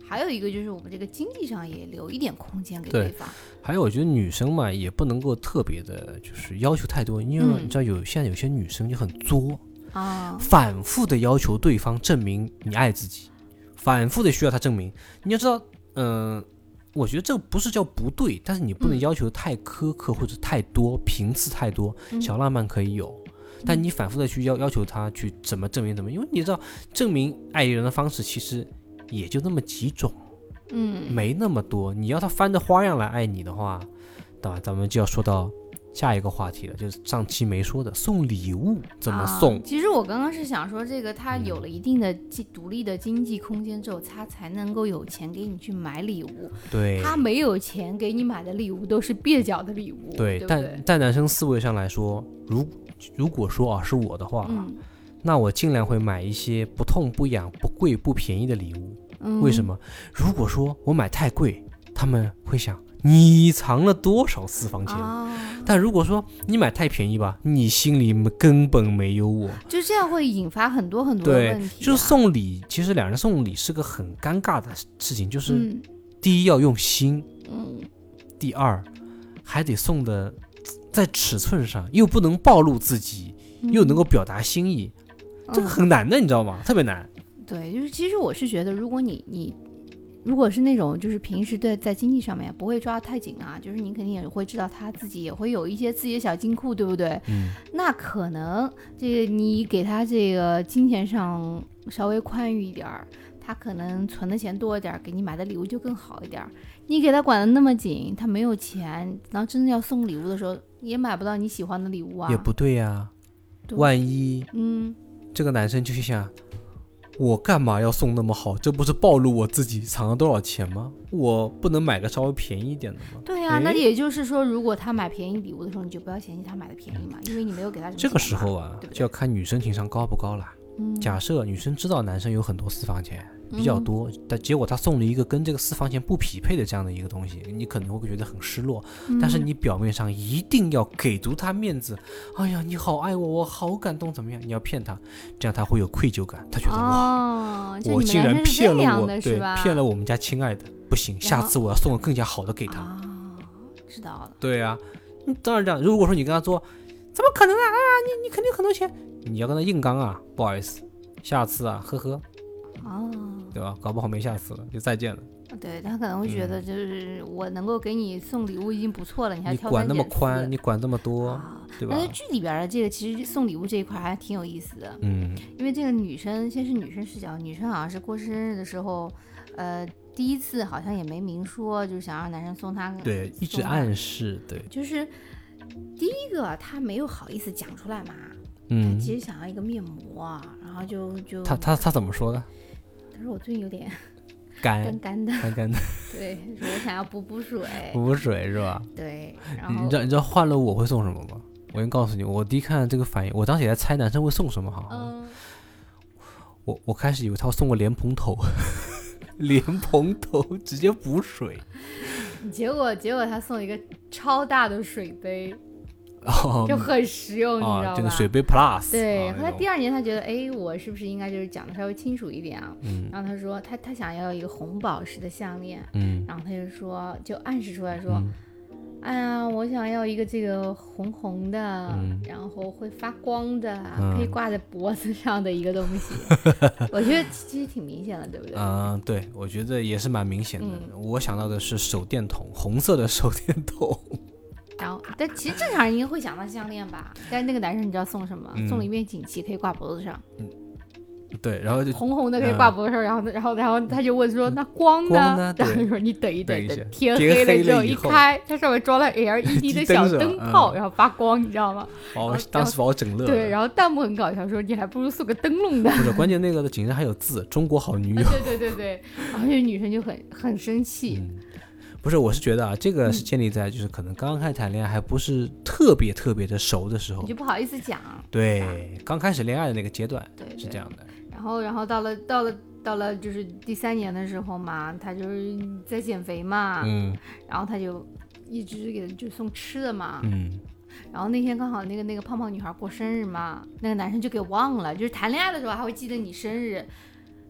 Speaker 2: 还有一个就是我们这个经济上也留一点空间给对方。
Speaker 1: 还有我觉得女生嘛也不能够特别的就是要求太多，因为你知道现在有些女生就很作啊，反复的要求对方证明你爱自己，反复的需要他证明。你要知道我觉得这不是叫不对，但是你不能要求太苛刻或者太多频次太多，小浪漫可以有，但你反复的去要求他去怎么证明，因为你知道证明爱一个人的方式其实也就那么几种，没那么多。你要他翻着花样来爱你的话，对吧？咱们就要说到下一个话题了，就是上期没说的送礼物怎么送。
Speaker 2: 其实我刚刚是想说，这个他有了一定的独立的经济空间之后，他才能够有钱给你去买礼物。
Speaker 1: 对，
Speaker 2: 他没有钱给你买的礼物都是蹩脚的礼物。
Speaker 1: 对，
Speaker 2: 对不对？
Speaker 1: 但男生思维上来说，如果说是我的话，那我尽量会买一些不痛不痒、不贵不便宜的礼物。为什么？如果说我买太贵，他们会想你藏了多少私房钱，但如果说你买太便宜吧，你心里根本没有我，
Speaker 2: 就这样会引发很多很多的问题。
Speaker 1: 就是送礼，其实两人送礼是个很尴尬的事情，就是第一要用心，第二还得送的在尺寸上又不能暴露自己，又能够表达心意，这个很难的，你知道吗？特别难。
Speaker 2: 对，就是其实我是觉得，如果你如果是那种就是平时在经济上面不会抓得太紧啊，就是你肯定也会知道他自己也会有一些自己的小金库，对不对？那可能这个你给他这个金钱上稍微宽裕一点，他可能存的钱多一点，给你买的礼物就更好一点。你给他管得那么紧，他没有钱，然后真的要送礼物的时候也买不到你喜欢的礼物啊。
Speaker 1: 也不对呀，万一这个男生就想，我干嘛要送那么好？这不是暴露我自己藏了多少钱吗？我不能买个稍微便宜一点的吗？
Speaker 2: 对呀，那也就是说，如果他买便宜礼物的时候，你就不要嫌弃他买的便宜嘛，因为你没有给他什么钱嘛。
Speaker 1: 这个时候啊，
Speaker 2: 对不对？
Speaker 1: 就要看女生情商高不高了。假设女生知道男生有很多私房钱比较多，但结果他送了一个跟这个私房钱不匹配的这样的一个东西，你可能会觉得很失落。但是你表面上一定要给足他面子，哎呀你好爱我，我好感动，怎么样？你要骗他，这样他会有愧疚感，他觉得哇，我竟然骗了我，对，骗了我们家亲爱的，不行，下次我要送个更加好的给他。
Speaker 2: 知道了。
Speaker 1: 对啊，当然这样。如果说你跟他说怎么可能啊，你肯定很多钱，你要跟他硬刚啊，不好意思，下次啊，呵呵，对吧？搞不好没下次了，就再见了。
Speaker 2: 对，他可能会觉得就是我能够给你送礼物已经不错了，你还挑
Speaker 1: 三拣四，你管那么宽，你管这么多，对吧？
Speaker 2: 但是剧里边的这个其实送礼物这一块还挺有意思的，因为这个女生先是女生视角，女生好像是过生日的时候，第一次好像也没明说，就是想让男生送她，
Speaker 1: 对，一直暗示，对，
Speaker 2: 就是第一个她没有好意思讲出来嘛，其实想要一个面膜，然后就
Speaker 1: 他怎么说的？
Speaker 2: 他说我最近有点
Speaker 1: 干
Speaker 2: 的，对，说我想要补水，
Speaker 1: 补水是吧？
Speaker 2: 对，然后
Speaker 1: 你知道换了我会送什么吗？我先告诉你，我第一看这个反应，我当时也在猜男生会送什么好，我开始以为他会送个莲蓬头，莲蓬头直接补水，
Speaker 2: 结果他送一个超大的水杯。就很实用，你知道吧？
Speaker 1: 这个水杯 plus。
Speaker 2: 对，后来第二年他觉得，我是不是应该就是讲的稍微清楚一点啊？然后他说他想要一个红宝石的项链，然后他就说就暗示出来说，哎呀，我想要一个这个红红的，然后会发光的，可以挂在脖子上的一个东西。我觉得其实挺明显的，对不对？
Speaker 1: 对，我觉得也是蛮明显的。我想到的是手电筒，红色的手电筒。
Speaker 2: 然后，但其实正常人应该会想到项链吧？但是那个男生你知道送什么？送了一面锦旗，可以挂脖子上。
Speaker 1: 对，然后就
Speaker 2: 红红的可以挂脖子上，然后他就问说：“那光呢？”然后就说：“你等一等，等天黑了之后一开，它上面装了 LED 的小灯泡，然后发光，你知道吗？”
Speaker 1: 当时把我整乐了。
Speaker 2: 对，然后弹幕很搞笑，说：“你还不如送个灯笼的。”
Speaker 1: 不是，关键那个的锦上还有字“中国好女友”。
Speaker 2: 对，然后这女生就很生气。
Speaker 1: 不是，我是觉得啊，这个是建立在就是可能刚刚开始谈恋爱还不是特别的熟的时候，
Speaker 2: 你就不好意思讲。
Speaker 1: 对，刚开始恋爱的那个阶段，对，是这样的。然
Speaker 2: 后到了就是第3年的时候嘛，他就是在减肥嘛，然后他就一直给他就送吃的嘛，然后那天刚好那个胖胖女孩过生日嘛，那个男生就给忘了，就是谈恋爱的时候还会记得你生日。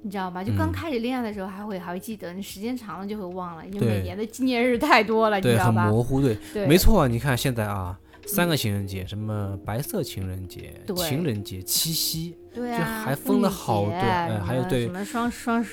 Speaker 2: 你知道吧？就刚开始恋爱的时候还会记得，你时间长了就会忘了，因为每年的纪念日太多了，你知道吧？
Speaker 1: 很模糊，对，没错啊。你看现在啊，3个情人节，什么白色情人节、情人节、七夕，
Speaker 2: 对啊，
Speaker 1: 就还分了好多，还有对
Speaker 2: 什么双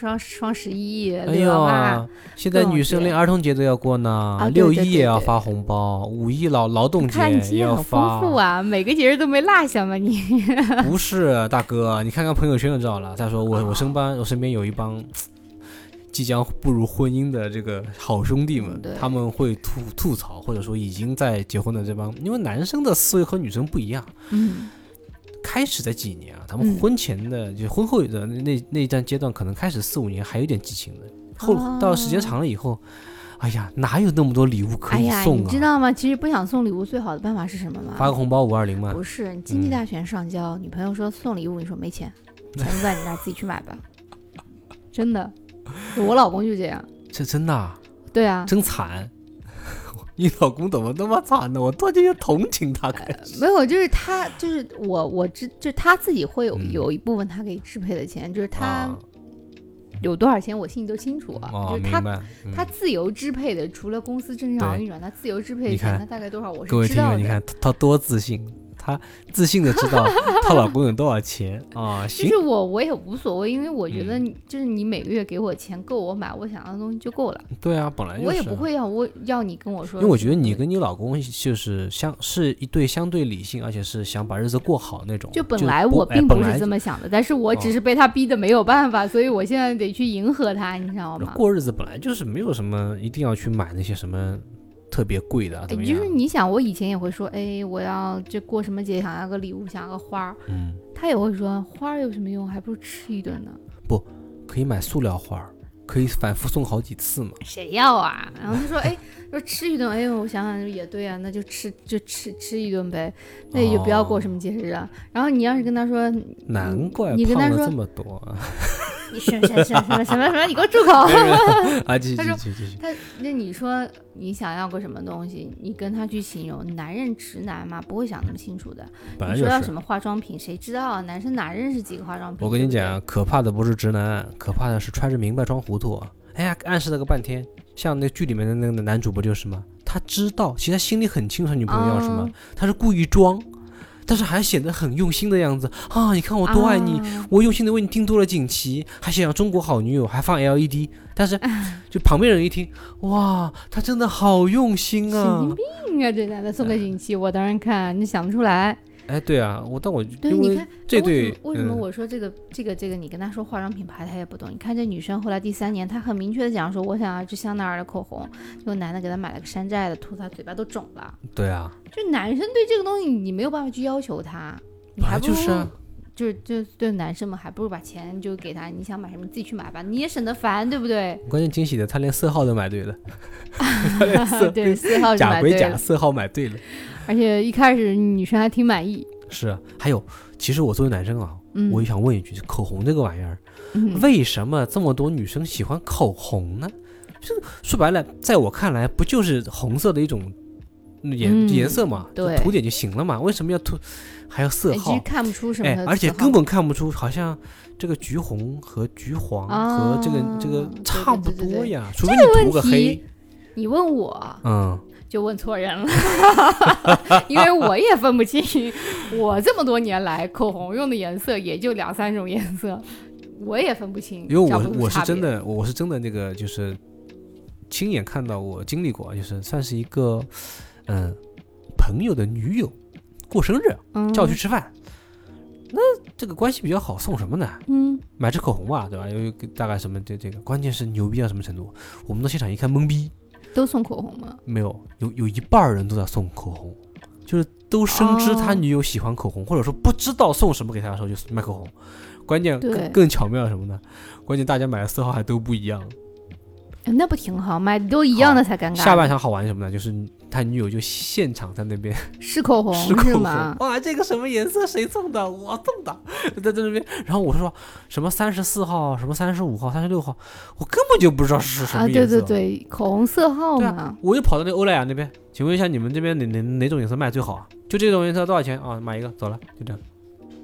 Speaker 2: 11，
Speaker 1: 哎呦，现在女生连儿童节都要过呢，6·1也要发红包，5·1劳动节也要发，
Speaker 2: 很丰富啊，每个节日都没落下吗你？
Speaker 1: 不是大哥，你看看朋友圈就知道了。再说我身边有一帮即将步入婚姻的这个好兄弟们，他们会吐槽，或者说已经在结婚的这帮，因为男生的思维和女生不一样。开始在几年啊，他们婚前的就婚后的那一段阶段，可能开始4-5年还有点激情的，后到时间长了以后，哎呀，哪有那么多礼物可以送啊？
Speaker 2: 你知道吗？其实不想送礼物最好的办法是什么吗？
Speaker 1: 发个红包520嘛。
Speaker 2: 不是，你经济大权上交，女朋友说送礼物，你说没钱，钱在你那儿自己去买吧。真的，我老公就这样。
Speaker 1: 这真的啊？
Speaker 2: 对啊，
Speaker 1: 真惨。你老公怎么那么惨呢？我突然间就同情他。
Speaker 2: 没有，就是他，就是就是他自己会有一部分他可以支配的钱，就是他有多少钱我心里都清楚就是他自由支配的，除了公司正常运转，他自由支配的钱他大概多少我是知道的。
Speaker 1: 各位听众，你看他多自信。她自信的知道她老公有多少钱啊！
Speaker 2: 其实我也无所谓，因为我觉得就是你每个月给我钱够我买我想要的东西就够了。
Speaker 1: 对啊，本来就是。
Speaker 2: 我也不会要你跟我说，
Speaker 1: 因为我觉得你跟你老公就是是一对相对理性，而且是想把日子过好那种。
Speaker 2: 就本来我并不是这么想的，但是我只是被他逼的没有办法，所以我现在得去迎合他，你知道吗？
Speaker 1: 过日子本来就是没有什么一定要去买那些什么特别贵的怎么样？
Speaker 2: 就是你想，我以前也会说，我要这过什么节想要个礼物，想要个花他也会说花有什么用，还不如吃一顿呢。不，
Speaker 1: 可以买塑料花，可以反复送好几次嘛。
Speaker 2: 谁要啊？然后他说，说吃一顿，我想想也对啊，那就吃一顿呗，那也就不要过什么节日啊。然后你要是跟他说，
Speaker 1: 难怪
Speaker 2: 你跟他说
Speaker 1: 这么多啊。
Speaker 2: 你什么？你给我住口！
Speaker 1: 继续。
Speaker 2: 那你说你想要个什么东西，你跟他去形容。男人直男嘛，不会想那么清楚的。你说要什么化妆品，谁知道啊？男生哪认识几个化妆品？
Speaker 1: 我跟你讲，可怕的不是直男，可怕的是揣着明白装糊涂。哎呀，暗示了个半天，像那剧里面的那个男主不就是吗？他知道，其实他心里很清楚女朋友要什么，他是故意装。但是还显得很用心的样子啊！你看我多爱你，我用心的为你订做了锦旗，还想要中国好女友，还放 LED。但是就旁边人一听，哇，他真的好用心啊！
Speaker 2: 神经病啊！这男的送个锦旗，我当然看，你想不出来。
Speaker 1: 对啊，
Speaker 2: 对，你看
Speaker 1: 这对
Speaker 2: 为什么我说这个你跟他说化妆品牌他也不懂。你看这女生后来第3年，她很明确的讲说，我想要支香奈儿的口红，结果男的给她买了个山寨的，涂她嘴巴都肿了。
Speaker 1: 对啊，
Speaker 2: 就男生对这个东西你没有办法去要求他，你还不如就对男生们还不如把钱就给他，你想买什么自己去买吧，你也省得烦，对不对？
Speaker 1: 关键惊喜的，他连色号都买对了。
Speaker 2: 对，色号
Speaker 1: 假归假，色号买对了。
Speaker 2: 而且一开始女生还挺满意。
Speaker 1: 是啊，还有，其实我作为男生啊，我也想问一句，口红这个玩意儿，为什么这么多女生喜欢口红呢？就说白了，在我看来，不就是红色的一种颜色嘛，
Speaker 2: 对，
Speaker 1: 涂点就行了嘛，为什么要涂还要色号？
Speaker 2: 其实看不出什么，
Speaker 1: 而且根本看不出，好像这个橘红和橘黄和这个差不多呀，除非你涂个黑。
Speaker 2: 你问我，就问错人了，因为我也分不清，我这么多年来口红用的颜色也就2-3种颜色，我也分不清。
Speaker 1: 因为我是真的那个就是亲眼看到，我经历过，就是算是一个朋友的女友过生日，叫我去吃饭。那这个关系比较好，送什么呢？买支口红吧，对吧？有大概什么这个，关键是牛逼到什么程度？我们到现场一看懵逼。
Speaker 2: 都送口红吗？
Speaker 1: 没有一半人都在送口红，就是都深知他女友喜欢口红，或者说不知道送什么给他的时候就买口红。关键更巧妙什么呢？关键大家买的色号还都不一样。
Speaker 2: 那不挺好，买的都一样的才尴尬。
Speaker 1: 下半场好玩什么呢？就是他女友就现场在那边
Speaker 2: 试口红，是吗？
Speaker 1: 哇，这个什么颜色？谁送的？我送的，在这边。然后我说什么34号，什么35号、36号，我根本就不知道是什么颜色。
Speaker 2: 对，口红色号嘛。
Speaker 1: 我就跑到那欧莱雅那边，请问一下你们这边哪种颜色卖最好啊？就这种颜色多少钱啊？买一个，走了，就这样。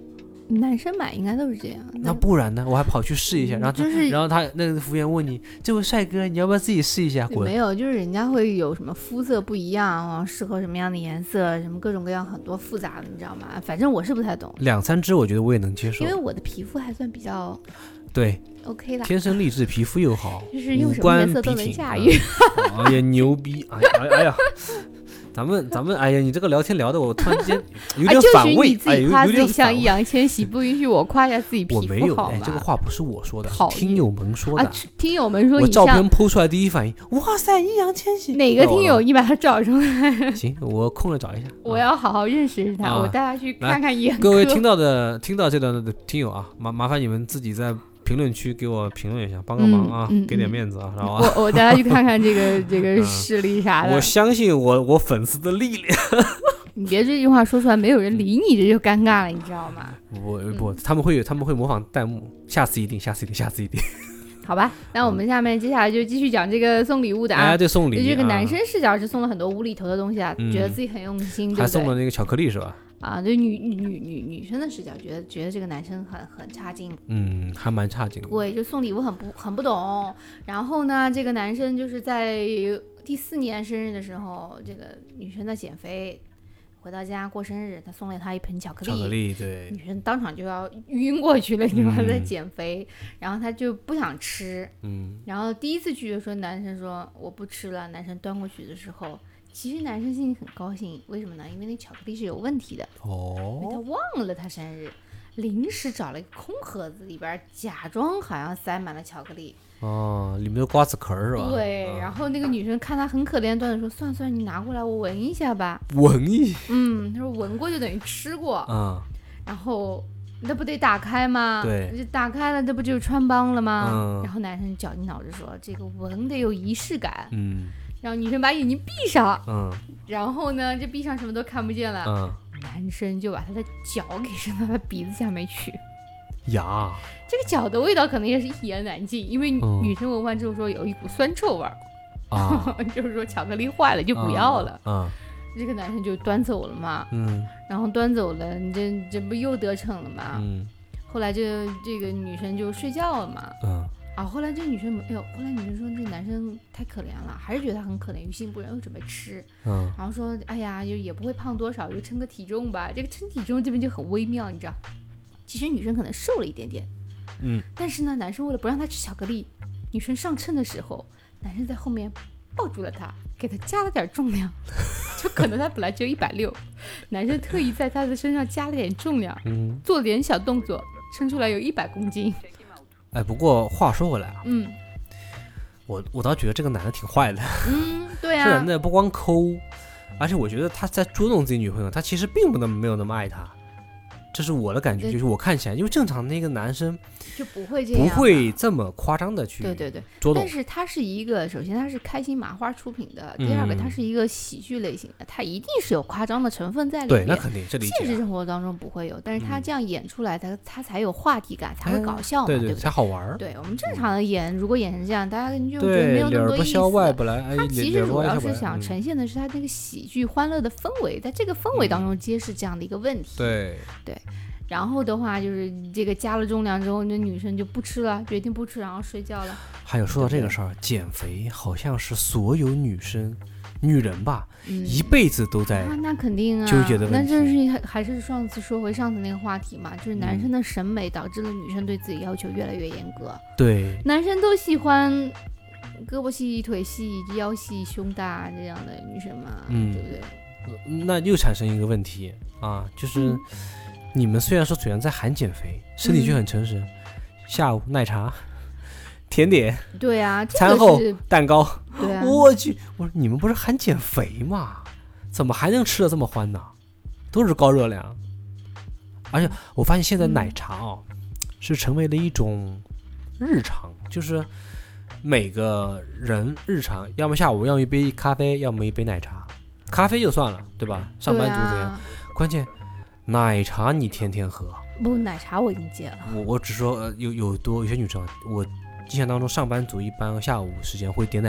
Speaker 2: 男生买应该都是这样。
Speaker 1: 那不然呢？我还跑去试一下，然后他那个服务员问你，这位帅哥，你要不要自己试一下？
Speaker 2: 没有，就是人家会有什么肤色不一样，适合什么样的颜色，什么各种各样很多复杂的，你知道吗？反正我是不太懂。
Speaker 1: 2-3支我觉得我也能接受，
Speaker 2: 因为我的皮肤还算比较
Speaker 1: 对
Speaker 2: OK 啦，
Speaker 1: 天生丽质，皮肤又好，
Speaker 2: 就是用什么颜色都能驾驭。
Speaker 1: 哎呀，牛逼！哎呀。咱们，哎呀，你这个聊天聊的我突然间有点反胃，
Speaker 2: 就是你自己夸自己像易烊千玺，不允许我夸一下自己皮肤好吗？
Speaker 1: 我没有，这个话不是我说的，听友们说的。
Speaker 2: 听友们说，
Speaker 1: 我照片剖出来第一反应，哇塞，易烊千玺。
Speaker 2: 哪个听友？你把他找出来。
Speaker 1: 行，我空了找一下。
Speaker 2: 我要好好认识他，我带他去看看易烊。
Speaker 1: 各位听到这段的听友啊，麻烦你们自己在评论区给我评论一下，帮个忙啊，给点面子啊，知道吧？
Speaker 2: 我带他去看看这个势力啥的。
Speaker 1: 我相信我粉丝的力量。
Speaker 2: 你别这句话说出来，没有人理你，这就尴尬了，你知道吗？
Speaker 1: 不，他们会模仿弹幕，下次一定。
Speaker 2: 好吧，那我们接下来就继续讲这个送礼物的啊。
Speaker 1: 对，送礼。
Speaker 2: 这个男生视角是送了很多无厘头的东西啊，觉得自己很用心，对不对？
Speaker 1: 还送了那个巧克力是吧？
Speaker 2: 啊，对，女生的视角觉得这个男生很差劲，
Speaker 1: 还蛮差劲的。
Speaker 2: 对，就送礼物很不懂。然后呢，这个男生就是在第4年生日的时候，这个女生在减肥，回到家过生日，他送了她一盆巧克力，
Speaker 1: 对，
Speaker 2: 女生当场就要晕过去了，你知道吗？在减肥，然后她就不想吃，然后第一次拒绝说，男生说我不吃了，男生端过去的时候。其实男生心里很高兴，为什么呢？因为那巧克力是有问题的因为他忘了他生日，临时找了一个空盒子，里边假装好像塞满了巧克力
Speaker 1: 里面有瓜子壳是吧？
Speaker 2: 对，然后那个女生看他很可怜，端着说算了，你拿过来我闻一下吧。
Speaker 1: 闻一下？
Speaker 2: 他说闻过就等于吃过然后那不得打开吗？
Speaker 1: 对，
Speaker 2: 就打开了，这不就穿帮了吗？然后男生绞尽脑汁说这个闻得有仪式感然后女生把眼睛闭上，然后呢，就闭上什么都看不见了。男生就把他的脚给伸到他鼻子下面去，
Speaker 1: 呀，
Speaker 2: 这个脚的味道可能也是一言难尽，因为女生闻完之后说有一股酸臭味就是说巧克力坏了就不要了。这个男生就端走了嘛，然后端走了，你这不又得逞了嘛？后来这个女生就睡觉了嘛。后来这女生后来女生说这男生太可怜了，还是觉得他很可怜，于心不忍，又准备吃。然后说哎呀，也不会胖多少，就称个体重吧。这个称体重这边就很微妙，你知道，其实女生可能瘦了一点点，但是呢，男生为了不让她吃巧克力，女生上称的时候，男生在后面抱住了她，给她加了点重量，就可能她本来只有160，男生特意在她的身上加了点重量，做了点小动作，称出来有100公斤。
Speaker 1: 不过话说回来啊，我倒觉得这个男的挺坏的。
Speaker 2: 对啊，
Speaker 1: 这男的不光抠，而且我觉得他在捉弄自己女朋友，他其实并没有那么爱她。这是我的感觉，就是我看起来，因为正常那个男生
Speaker 2: 就不会这样，
Speaker 1: 不会这么夸张的去
Speaker 2: 对
Speaker 1: 捉弄。
Speaker 2: 但是他是一个，首先他是开心麻花出品的，第二个他是一个喜剧类型的，他一定是有夸张的成分在里面。
Speaker 1: 对，那肯定，这理解。
Speaker 2: 现实生活当中不会有，但是他这样演出来，他才有话题感，才会搞笑嘛，
Speaker 1: 对
Speaker 2: 对，
Speaker 1: 才好玩。
Speaker 2: 对我们正常的演，如果演成这样，大家就觉得没有那么多意思。他其实主要是想呈现的是他那个喜剧欢乐的氛围，在这个氛围当中揭示这样的一个问题。
Speaker 1: 对。
Speaker 2: 然后的话就是这个加了重量之后，那女生就不吃了，决定不吃，然后睡觉了。
Speaker 1: 还有说到这个事儿，减肥好像是所有女人吧，一辈子都在
Speaker 2: 那肯定啊
Speaker 1: 纠结的问题。
Speaker 2: 那就是还是上次那个话题嘛，就是男生的审美导致了女生对自己要求越来越严格。
Speaker 1: 对，
Speaker 2: 男生都喜欢胳膊细、腿细、腰细、胸大这样的女生嘛，对不对？
Speaker 1: 那又产生一个问题啊，就是你们虽然说嘴上在喊减肥，身体却很诚实。下午奶茶、甜点，
Speaker 2: 对啊，
Speaker 1: 餐后蛋糕，
Speaker 2: 对啊，
Speaker 1: 我去，我说你们不是喊减肥吗？怎么还能吃得这么欢呢？都是高热量。而且我发现现在奶茶是成为了一种日常，就是每个人日常要么下午要一杯咖啡，要么一杯奶茶。咖啡就算了，对吧？上班族这样，关键奶茶你天天喝。
Speaker 2: 不，奶茶我已经戒了。
Speaker 1: 我只说有些女生，我印象当中上班族一般下午时间会点奶茶，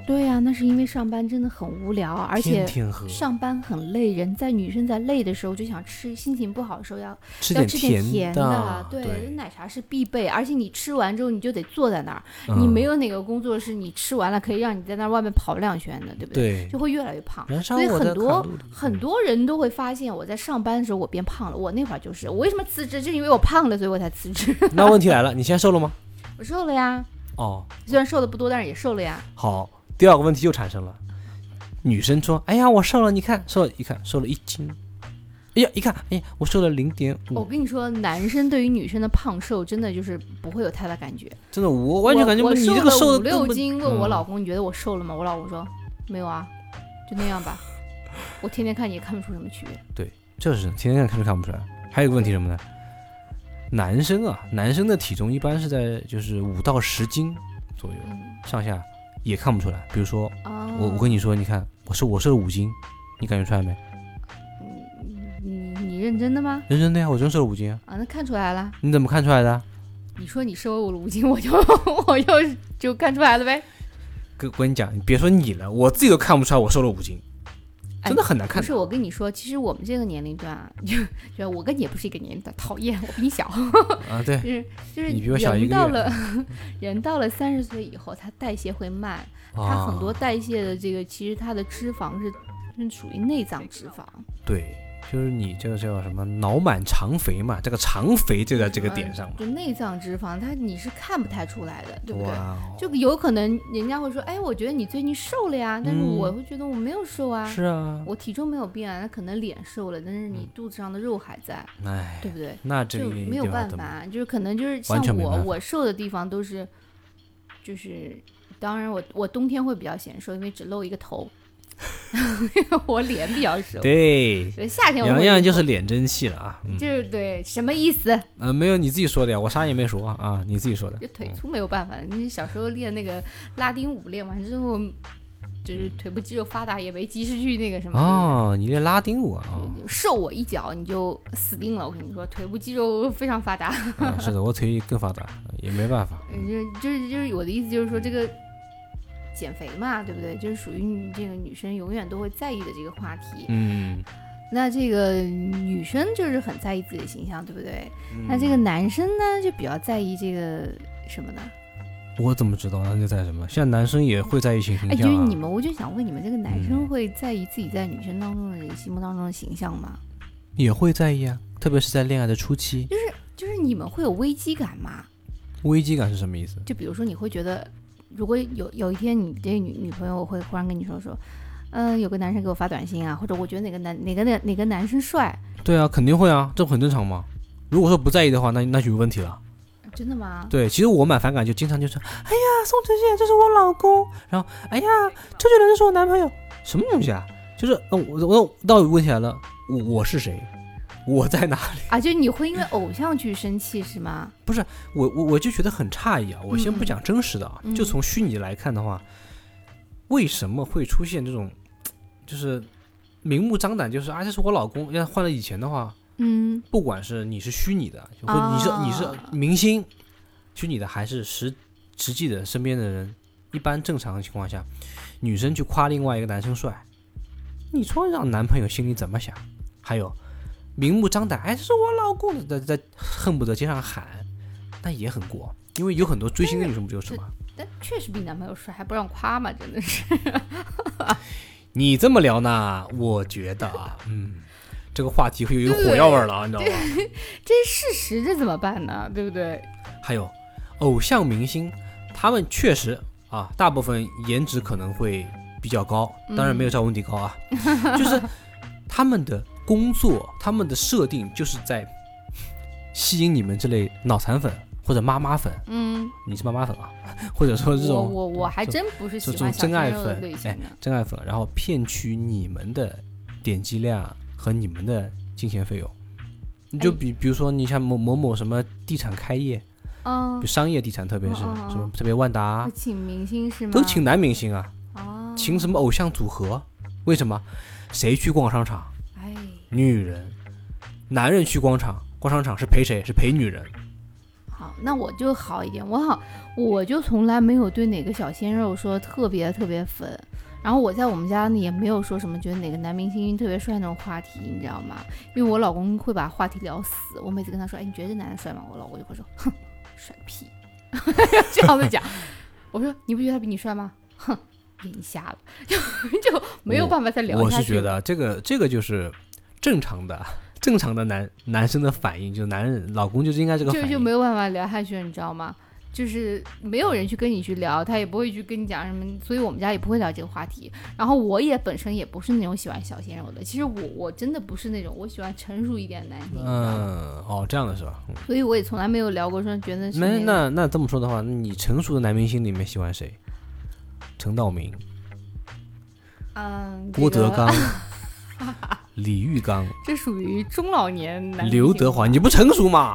Speaker 2: 对呀，那是因为上班真的很无聊，而且上班很累，女生在累的时候就想吃，心情不好的时候要
Speaker 1: 吃
Speaker 2: 点
Speaker 1: 甜
Speaker 2: 的，对，奶茶是必备，而且你吃完之后你就得坐在那儿，你没有哪个工作是你吃完了可以让你在那外面跑2圈的，对不对？就会越来越胖。所以很多人都会发现我在上班的时候我变胖了，我那会儿就是我为什么辞职，就是因为我胖了，所以我才辞职。
Speaker 1: 那问题来了，你现在瘦了吗？
Speaker 2: 我瘦了呀。虽然瘦的不多，但是也瘦了呀。
Speaker 1: 好，第二个问题又产生了，女生说：“哎呀，我瘦了，你看瘦了，一看瘦了1斤。哎呀，一看，哎呀，我瘦了0.5。”
Speaker 2: 我跟你说，男生对于女生的胖瘦真的就是不会有太大感觉。
Speaker 1: 真的，我完全感觉你这个瘦
Speaker 2: 了5-6斤，问我老公你觉得我瘦了吗？我老公说没有啊，就那样吧。我天天看你也看不出什么区别。
Speaker 1: 对，这是天天看不出来。还有一个问题什么呢？男生的体重一般是在就是5到10斤左右，上下也看不出来。比如说，我跟你说，你看我瘦了5斤，你感觉出来没？
Speaker 2: 你认真的吗？
Speaker 1: 认真的呀，我真瘦了5斤
Speaker 2: 啊。那看出来了。
Speaker 1: 你怎么看出来的？
Speaker 2: 你说你瘦了5斤，我就看出来了呗。
Speaker 1: 我跟你讲，你别说你了，我自己都看不出来我瘦了5斤。真的很难看。
Speaker 2: 不是，我跟你说，其实我们这个年龄段，就我跟你也不是一个年龄段，讨厌，我比你小
Speaker 1: 啊，对，
Speaker 2: 就是
Speaker 1: 你比我小1个月。
Speaker 2: 人到了30岁以后，他代谢会慢，他很多代谢的这个，其实他的脂肪是属于内脏脂肪。
Speaker 1: 对。就是你这个叫什么脑满肠肥嘛，这个肠肥就在这个点上嘛，
Speaker 2: 就内脏脂肪，你是看不太出来的，对不对？就有可能人家会说，哎，我觉得你最近瘦了呀，但是我会觉得我没有瘦啊，
Speaker 1: 是啊，
Speaker 2: 我体重没有变啊，那可能脸瘦了，但是你肚子上的肉还在，对不对？
Speaker 1: 那这个
Speaker 2: 就没有办法，就是可能就是像我瘦的地方都是，就是当然我冬天会比较显瘦，因为只露一个头。我脸比较瘦，
Speaker 1: 对，
Speaker 2: 夏天我
Speaker 1: 洋洋就是脸真细了啊，
Speaker 2: 就是对，什么意思？
Speaker 1: 没有，你自己说的呀，我啥也没说啊，你自己说的。
Speaker 2: 就腿粗没有办法，你小时候练那个拉丁舞，练完之后就是腿部肌肉发达，也没及时去那个什么。
Speaker 1: 你练拉丁舞啊？
Speaker 2: 受我一脚你就死定了，我跟你说，腿部肌肉非常发达。
Speaker 1: 是的，我腿更发达，也没办法。
Speaker 2: 就是我的意思就是说这个。减肥嘛，对不对？就是属于你这个女生永远都会在意的这个话题。那这个女生就是很在意自己的形象，对不对？那这个男生呢，就比较在意这个什么呢？
Speaker 1: 我怎么知道呢？就在什么？现在男生也会在意形象
Speaker 2: 就是你们，我就想问你们，这个男生会在意自己在女生当中的心目当中的形象吗？
Speaker 1: 也会在意啊，特别是在恋爱的初期。
Speaker 2: 就是你们会有危机感吗？
Speaker 1: 危机感是什么意思？
Speaker 2: 就比如说你会觉得。如果有一天你这女朋友会忽然跟你说，有个男生给我发短信啊，或者我觉得哪个男生帅，
Speaker 1: 对啊，肯定会啊，这很正常嘛。如果说不在意的话，那就有问题了。
Speaker 2: 真的吗？
Speaker 1: 对，其实我蛮反感，就经常就说，哎呀，宋承宪，这是我老公，然后，哎呀，周杰伦这是我男朋友，什么东西啊？就是我到底问题来了，我是谁？我在哪里
Speaker 2: 啊？就你会因为偶像去生气是吗？
Speaker 1: 不是，我就觉得很诧异啊。我先不讲真实的啊，就从虚拟来看的话，为什么会出现这种，就是明目张胆，就是这是我老公。要换了以前的话，不管是你是虚拟的，或你是明星，虚拟的还是实际的身边的人，一般正常的情况下，女生去夸另外一个男生帅，你说让男朋友心里怎么想？还有。明目张胆，这是我老公在恨不得街上喊，那也很过，因为有很多追星的女生不就是吗？
Speaker 2: 但确实比男朋友帅，还不让夸嘛，真的是。
Speaker 1: 你这么聊呢，我觉得这个话题会有一个火药味了，你知道吗？
Speaker 2: 这是事实，这怎么办呢？对不对？
Speaker 1: 还有偶像明星，他们确实大部分颜值可能会比较高，当然没有赵文迪高啊，就是他们的。工作他们的设定就是在吸引你们这类脑残粉或者妈妈粉，你是妈妈粉啊，或者说这种
Speaker 2: 我还真不是喜欢
Speaker 1: 真爱粉
Speaker 2: 类型的，
Speaker 1: 真爱粉，然后骗取你们的点击量和你们的金钱费用。你就比如说你像某什么地产开业，商业地产，特别是什么特别万达，
Speaker 2: 请明星是吗？
Speaker 1: 都请男明星啊，请什么偶像组合？为什么？谁去逛商场？女人，男人去商场是陪谁？是陪女人。
Speaker 2: 好，那我就好一点，我就从来没有对哪个小鲜肉说特别特别粉，然后我在我们家呢也没有说什么觉得哪个男明星特别帅那种话题，你知道吗？因为我老公会把话题聊死，我每次跟他说，哎，你觉得这男的帅吗？我老公就会说，哼，帅个屁，这样子讲。我说你不觉得他比你帅吗？哼，眼瞎了，就没有办法再聊下去。
Speaker 1: 我是觉得这个就是正常的男生的反应，就男人老公就是应该这个反应，
Speaker 2: 就没有办法聊下去，你知道吗？就是没有人去跟你去聊，他也不会去跟你讲什么，所以我们家也不会聊这个话题。然后我也本身也不是那种喜欢小鲜肉的，其实我真的不是那种，我喜欢成熟一点的男性。
Speaker 1: 哦，这样的是吧？
Speaker 2: 所以我也从来没有聊过说觉得是
Speaker 1: 那这么说的话，你成熟的男明星里面喜欢谁？陈道明，郭德纲。李玉刚，
Speaker 2: 这属于中老年男。
Speaker 1: 刘德华，你不成熟吗？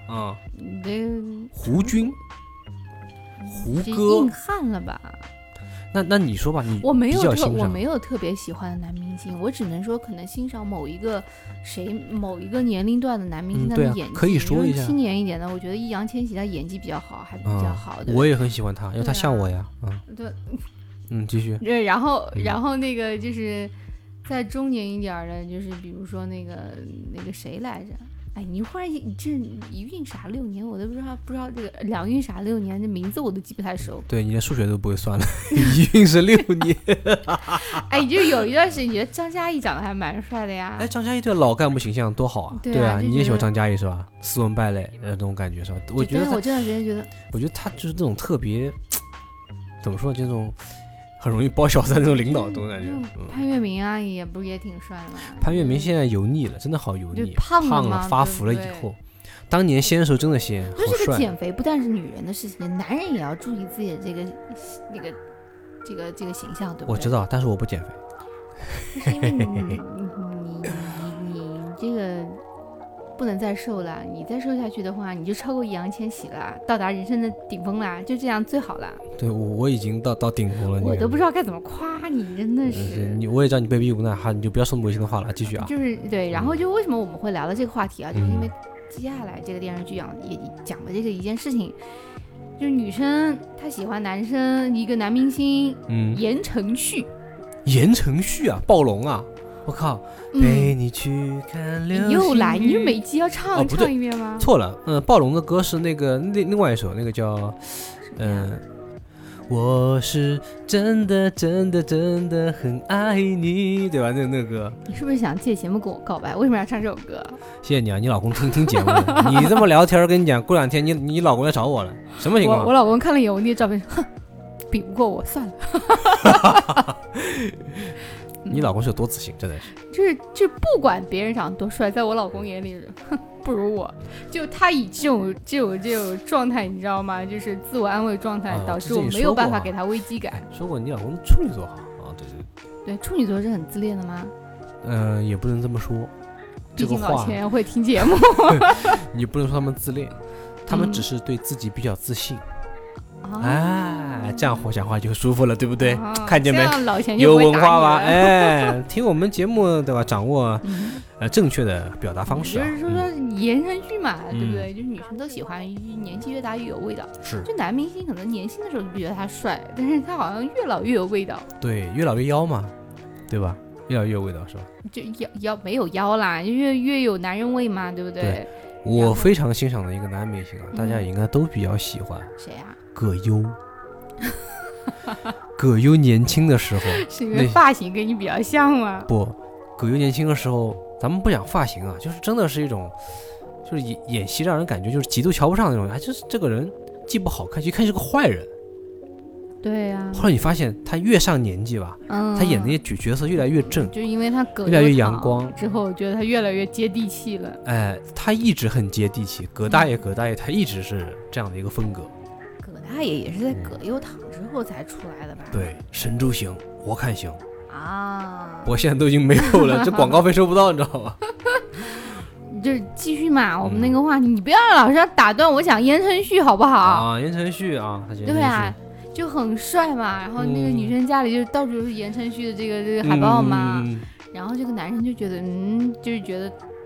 Speaker 1: 胡军，胡歌，
Speaker 2: 硬汉了吧？
Speaker 1: 那你说吧，
Speaker 2: 我没有特别喜欢的男明星，我只能说可能欣赏某一个年龄段的男明星他的演技，
Speaker 1: 可以说一下。
Speaker 2: 青年一点的，我觉得易烊千玺他演技比较好，还比较好的。
Speaker 1: 我也很喜欢他，因为他像我呀。
Speaker 2: 对，
Speaker 1: 继续。
Speaker 2: 对，然后那个就是再中年一点的，就是比如说那个谁来着？哎，你忽然这一孕傻6年，我都不知道这个2孕傻6年，这名字我都记不太熟。
Speaker 1: 对，你连数学都不会算了，一孕是6年。
Speaker 2: 哎，就有一段时间觉得张嘉译长得还蛮帅的呀。
Speaker 1: 哎，张嘉译这老干部形象多好啊！对啊，你也喜欢张嘉译是吧？斯文败类那种感觉是吧？我觉得
Speaker 2: 我这段时间觉得，
Speaker 1: 我觉得他就是这种特别，怎么说，这种很容易包小三那种领导，这种感觉。
Speaker 2: 潘粤明啊，也不是也挺帅的吗？
Speaker 1: 潘粤明现在油腻了，真的好油腻，
Speaker 2: 胖
Speaker 1: 了发福了以后，当年鲜的时候真的鲜，好帅。
Speaker 2: 这个减肥不但是女人的事情，男人也要注意自己的这个形象，对不对？
Speaker 1: 我知道，但是我不减肥。
Speaker 2: 是因为你这个不能再瘦了，你再瘦下去的话，你就超过易烊千玺了，到达人生的顶峰啦，就这样最好了。
Speaker 1: 对，我已经到顶峰了，
Speaker 2: 我都不知道该怎么夸你，真的是。
Speaker 1: 我也知道你被逼无奈哈，你就不要说违心的话了，继续啊。
Speaker 2: 就是对，然后就为什么我们会聊到这个话题啊？就是因为接下来这个电视剧也讲了这个一件事情，就是女生她喜欢男生一个男明星，言承旭。
Speaker 1: 言承旭啊，暴龙啊，我靠，陪你去看流星雨。
Speaker 2: 又来，你每集要唱一遍吗？
Speaker 1: 错了，暴龙的歌是另外一首，那个叫我是真的真的真的很爱你，对吧？那个歌。
Speaker 2: 你是不是想借节目跟我告白？为什么要唱这首歌？
Speaker 1: 谢谢你啊，你老公听节目，你这么聊天，跟你讲，过2天你老公来找我了，什么情况？
Speaker 2: 我老公看了一眼我那些照片，哼，比不过我，算了。
Speaker 1: 你老公是有多自信，真的
Speaker 2: 是，就不管别人长得多帅，在我老公眼里，哼，不如我。就他以这种状态，你知道吗？就是自我安慰状态，导致我没有办法给他危机感。
Speaker 1: 说过你老公处女座好啊，
Speaker 2: 对，处女座是很自恋的吗？
Speaker 1: 也不能这么说，
Speaker 2: 毕竟老前会听节目。
Speaker 1: 你不能说他们自恋，他们只是对自己比较自信。哎，这样我讲话就舒服了，对不对？看见没？有文化吧？哎，听我们节目对吧？掌握正确的表达方式。
Speaker 2: 就是说言承旭嘛，对不对？就是女生都喜欢，年纪越大越有味道。
Speaker 1: 是，
Speaker 2: 就男明星可能年轻的时候就觉得他帅，但是他好像越老越有味道。
Speaker 1: 对，越老越妖嘛，对吧？越老越有味道是吧？
Speaker 2: 就妖没有妖啦，就越有男人味嘛，对不对？
Speaker 1: 对，我非常欣赏的一个男明星啊，大家也应该都比较喜欢。
Speaker 2: 谁啊？
Speaker 1: 葛优。葛优年轻的时候，
Speaker 2: 是因为发型跟你比较像吗？
Speaker 1: 不，葛优年轻的时候，咱们不讲发型啊，就是真的是一种，就是演戏让人感觉就是极度瞧不上那种，就是这个人既不好看，一看是个坏人。
Speaker 2: 对呀。
Speaker 1: 后来你发现他越上年纪吧，他演那些角色越来越正，
Speaker 2: 就是因为他葛优
Speaker 1: 越来越阳光
Speaker 2: 之后，我觉得他越来越接地气了。
Speaker 1: 哎，他一直很接地气，葛大爷，他一直是这样的一个风格。
Speaker 2: 大爷也是在葛优躺之后才出来的吧？
Speaker 1: 对，神州行，我看行
Speaker 2: 啊！
Speaker 1: 我现在都已经没有了，这广告费收不到，你知道吗？
Speaker 2: 就是继续嘛，我们那个话题，你不要老是要打断我讲言承旭好不好？
Speaker 1: 啊，言承旭啊，
Speaker 2: 对啊，就很帅嘛。然后那个女生家里就到处都是言承旭的这个海报嘛。然后这个男生就觉得，就是觉得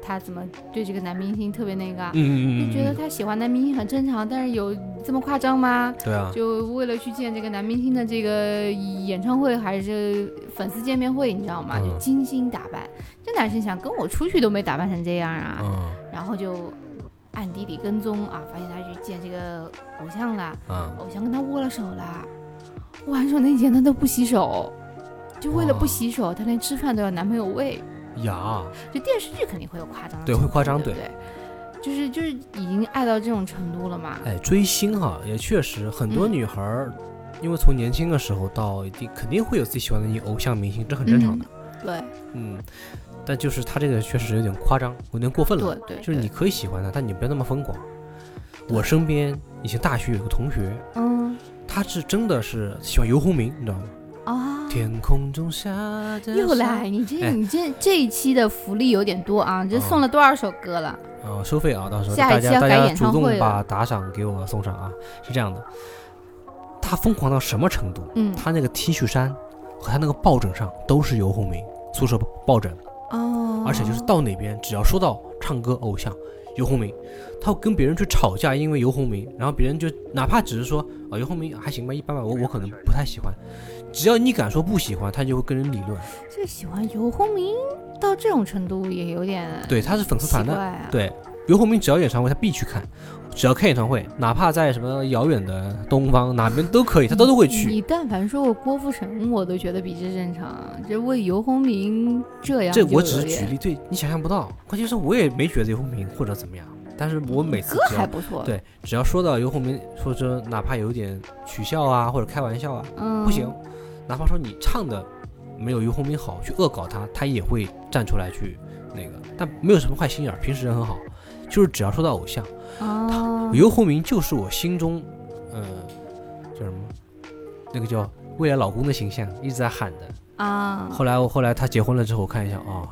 Speaker 2: 他怎么对这个男明星特别那个，就觉得他喜欢男明星很正常，但是有这么夸张吗？
Speaker 1: 对啊，
Speaker 2: 就为了去见这个男明星的这个演唱会还是粉丝见面会，你知道吗？就精心打扮。这男生想跟我出去都没打扮成这样啊，然后就暗地里跟踪啊，发现他去见这个偶像了，偶像跟他握了手了，握完手那天他都不洗手，就为了不洗手，他连吃饭都要男朋友喂
Speaker 1: 呀。
Speaker 2: 就电视剧肯定会有夸张的，
Speaker 1: 对，会夸张，
Speaker 2: 对不对？就是已经爱到这种程度了嘛。
Speaker 1: 追星哈，也确实很多女孩，因为从年轻的时候到一定肯定会有自己喜欢的一偶像明星，这很正常的。
Speaker 2: 对，
Speaker 1: 但就是他这个确实有点夸张，有点过分了。
Speaker 2: 对，
Speaker 1: 就是你可以喜欢他，但你不要那么疯狂。我身边以前大学有个同学，他是真的是喜欢游鸿明，你知道吗？天空中下着
Speaker 2: 又来，你这一期的福利有点多啊！这送了多少首歌了？
Speaker 1: 收费啊，到时候
Speaker 2: 下一期要改演唱会了，
Speaker 1: 大家主动把打赏给我送上啊！是这样的，他疯狂到什么程度？他那个 T 恤衫和他那个抱枕上都是游鸿明宿舍抱枕而且就是到哪边只要说到唱歌偶像游鸿明，他会跟别人去吵架，因为游鸿明，然后别人就哪怕只是说游鸿明还行吧，一般吧，我可能不太喜欢，只要你敢说不喜欢，他就会跟人理论。
Speaker 2: 这喜欢游鸿明到这种程度也有点
Speaker 1: 对，他是粉丝团的，对，游鸿明只要演唱会他必去看，只要看演唱会，哪怕在什么遥远的东方哪边都可以，他都会去。
Speaker 2: 你但凡说我郭富城，我都觉得比这正常。这为游鸿明这样，
Speaker 1: 这我只是举例，对你想象不到。关键是我也没觉得游鸿明或者怎么样，但是我每次
Speaker 2: 歌还不错。
Speaker 1: 对，只要说到游鸿明，或者哪怕有点取笑啊，或者开玩笑啊，不行，哪怕说你唱的没有游鸿明好，去恶搞他，他也会站出来去那个，但没有什么坏心眼，平时人很好。就是只要说到偶像，游鸿明就是我心中，叫什么？那个叫未来老公的形象，一直在喊的啊。后来他结婚了之后，我看一下啊，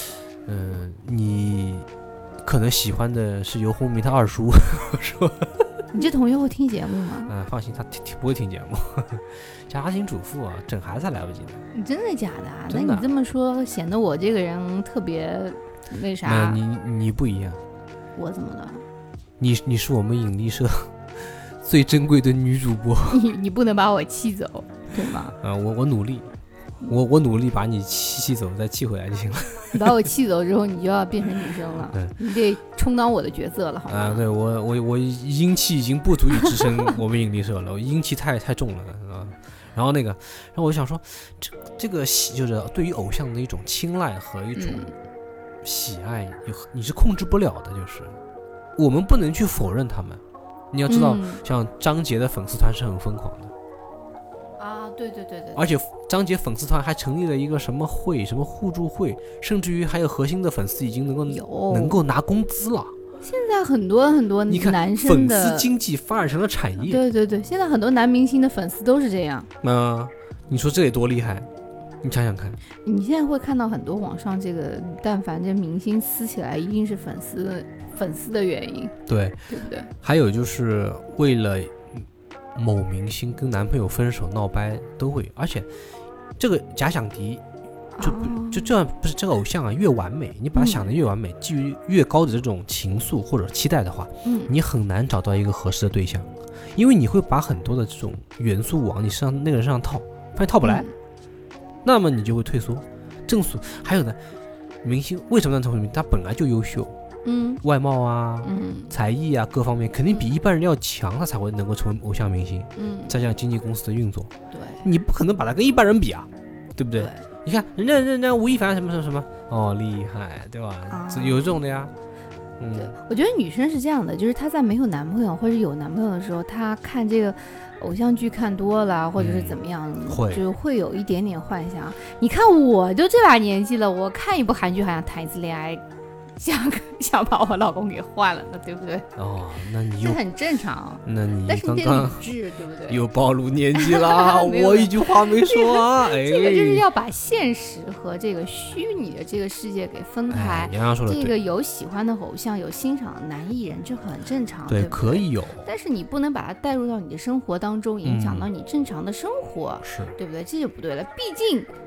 Speaker 1: 你可能喜欢的是游鸿明他二叔，说。
Speaker 2: 你这同学会听节目吗？
Speaker 1: 放心，他不会听节目。家庭主妇啊，整孩子还来不及呢。
Speaker 2: 你真的假的？那你这么说，显得我这个人特别那啥。
Speaker 1: 你不一样。
Speaker 2: 我怎么了？
Speaker 1: 你是我们引力社最珍贵的女主播。
Speaker 2: 你不能把我气走，对吗？
Speaker 1: 我努力，我努力把你气走，再气回来就行了。
Speaker 2: 你把我气走之后，你就要变成女生了，你得充当我的角色了，好吗？
Speaker 1: 对，我阴气已经不足以支撑我们引力社了，我阴气太重了啊。然后我想说，这个就是对于偶像的一种青睐和一种喜爱，你是控制不了的，就是我们不能去否认他们。你要知道，像张杰的粉丝团是很疯狂的
Speaker 2: 啊，对，
Speaker 1: 而且张杰粉丝团还成立了一个什么会，什么互助会，甚至于还有核心的粉丝已经能够拿工资了。
Speaker 2: 现在很多
Speaker 1: 你看
Speaker 2: 男生的
Speaker 1: 粉丝经济发展成了产业。
Speaker 2: 对，现在很多男明星的粉丝都是这样。
Speaker 1: 你说这得多厉害？你想想看，
Speaker 2: 你现在会看到很多网上这个，但凡这明星撕起来，一定是粉丝的原因，对不对？
Speaker 1: 还有就是为了某明星跟男朋友分手闹掰都会，而且这个假想敌就这样，不是这个偶像啊，越完美，你把它想的越完美，基于越高的这种情愫或者期待的话，你很难找到一个合适的对象，因为你会把很多的这种元素往你那个人身上套，发现套不来。那么你就会退缩。还有呢，明星为什么能成为明星？他本来就优秀，外貌啊，才艺啊，各方面肯定比一般人要强，他才会能够成为偶像明星。再加上经纪公司的运作，
Speaker 2: 对，
Speaker 1: 你不可能把他跟一般人比啊，对不对？你看人家吴亦凡什么厉害，对吧？有这种的呀。
Speaker 2: 对，我觉得女生是这样的，就是她在没有男朋友或者有男朋友的时候，她看这个偶像剧看多了，或者是怎么样，就会有一点点幻想。你看我都这把年纪了，我看一部韩剧还想谈一次恋爱，想把我老公给换了呢，对不对？
Speaker 1: 那你又
Speaker 2: 这很正常。
Speaker 1: 那你
Speaker 2: 但是你得理智，对不对？
Speaker 1: 又暴露年纪啦，我一句话没说啊。
Speaker 2: 这个就是要把现实和这个虚拟的这个世界给分开。
Speaker 1: 洋洋说的对，
Speaker 2: 这个有喜欢的偶像，有欣赏的男艺人，这很正常，对不对？
Speaker 1: 可以有。
Speaker 2: 但是你不能把它带入到你的生活当中，影响到你正常的生活，
Speaker 1: 是，
Speaker 2: 对不对？这就不对了。毕竟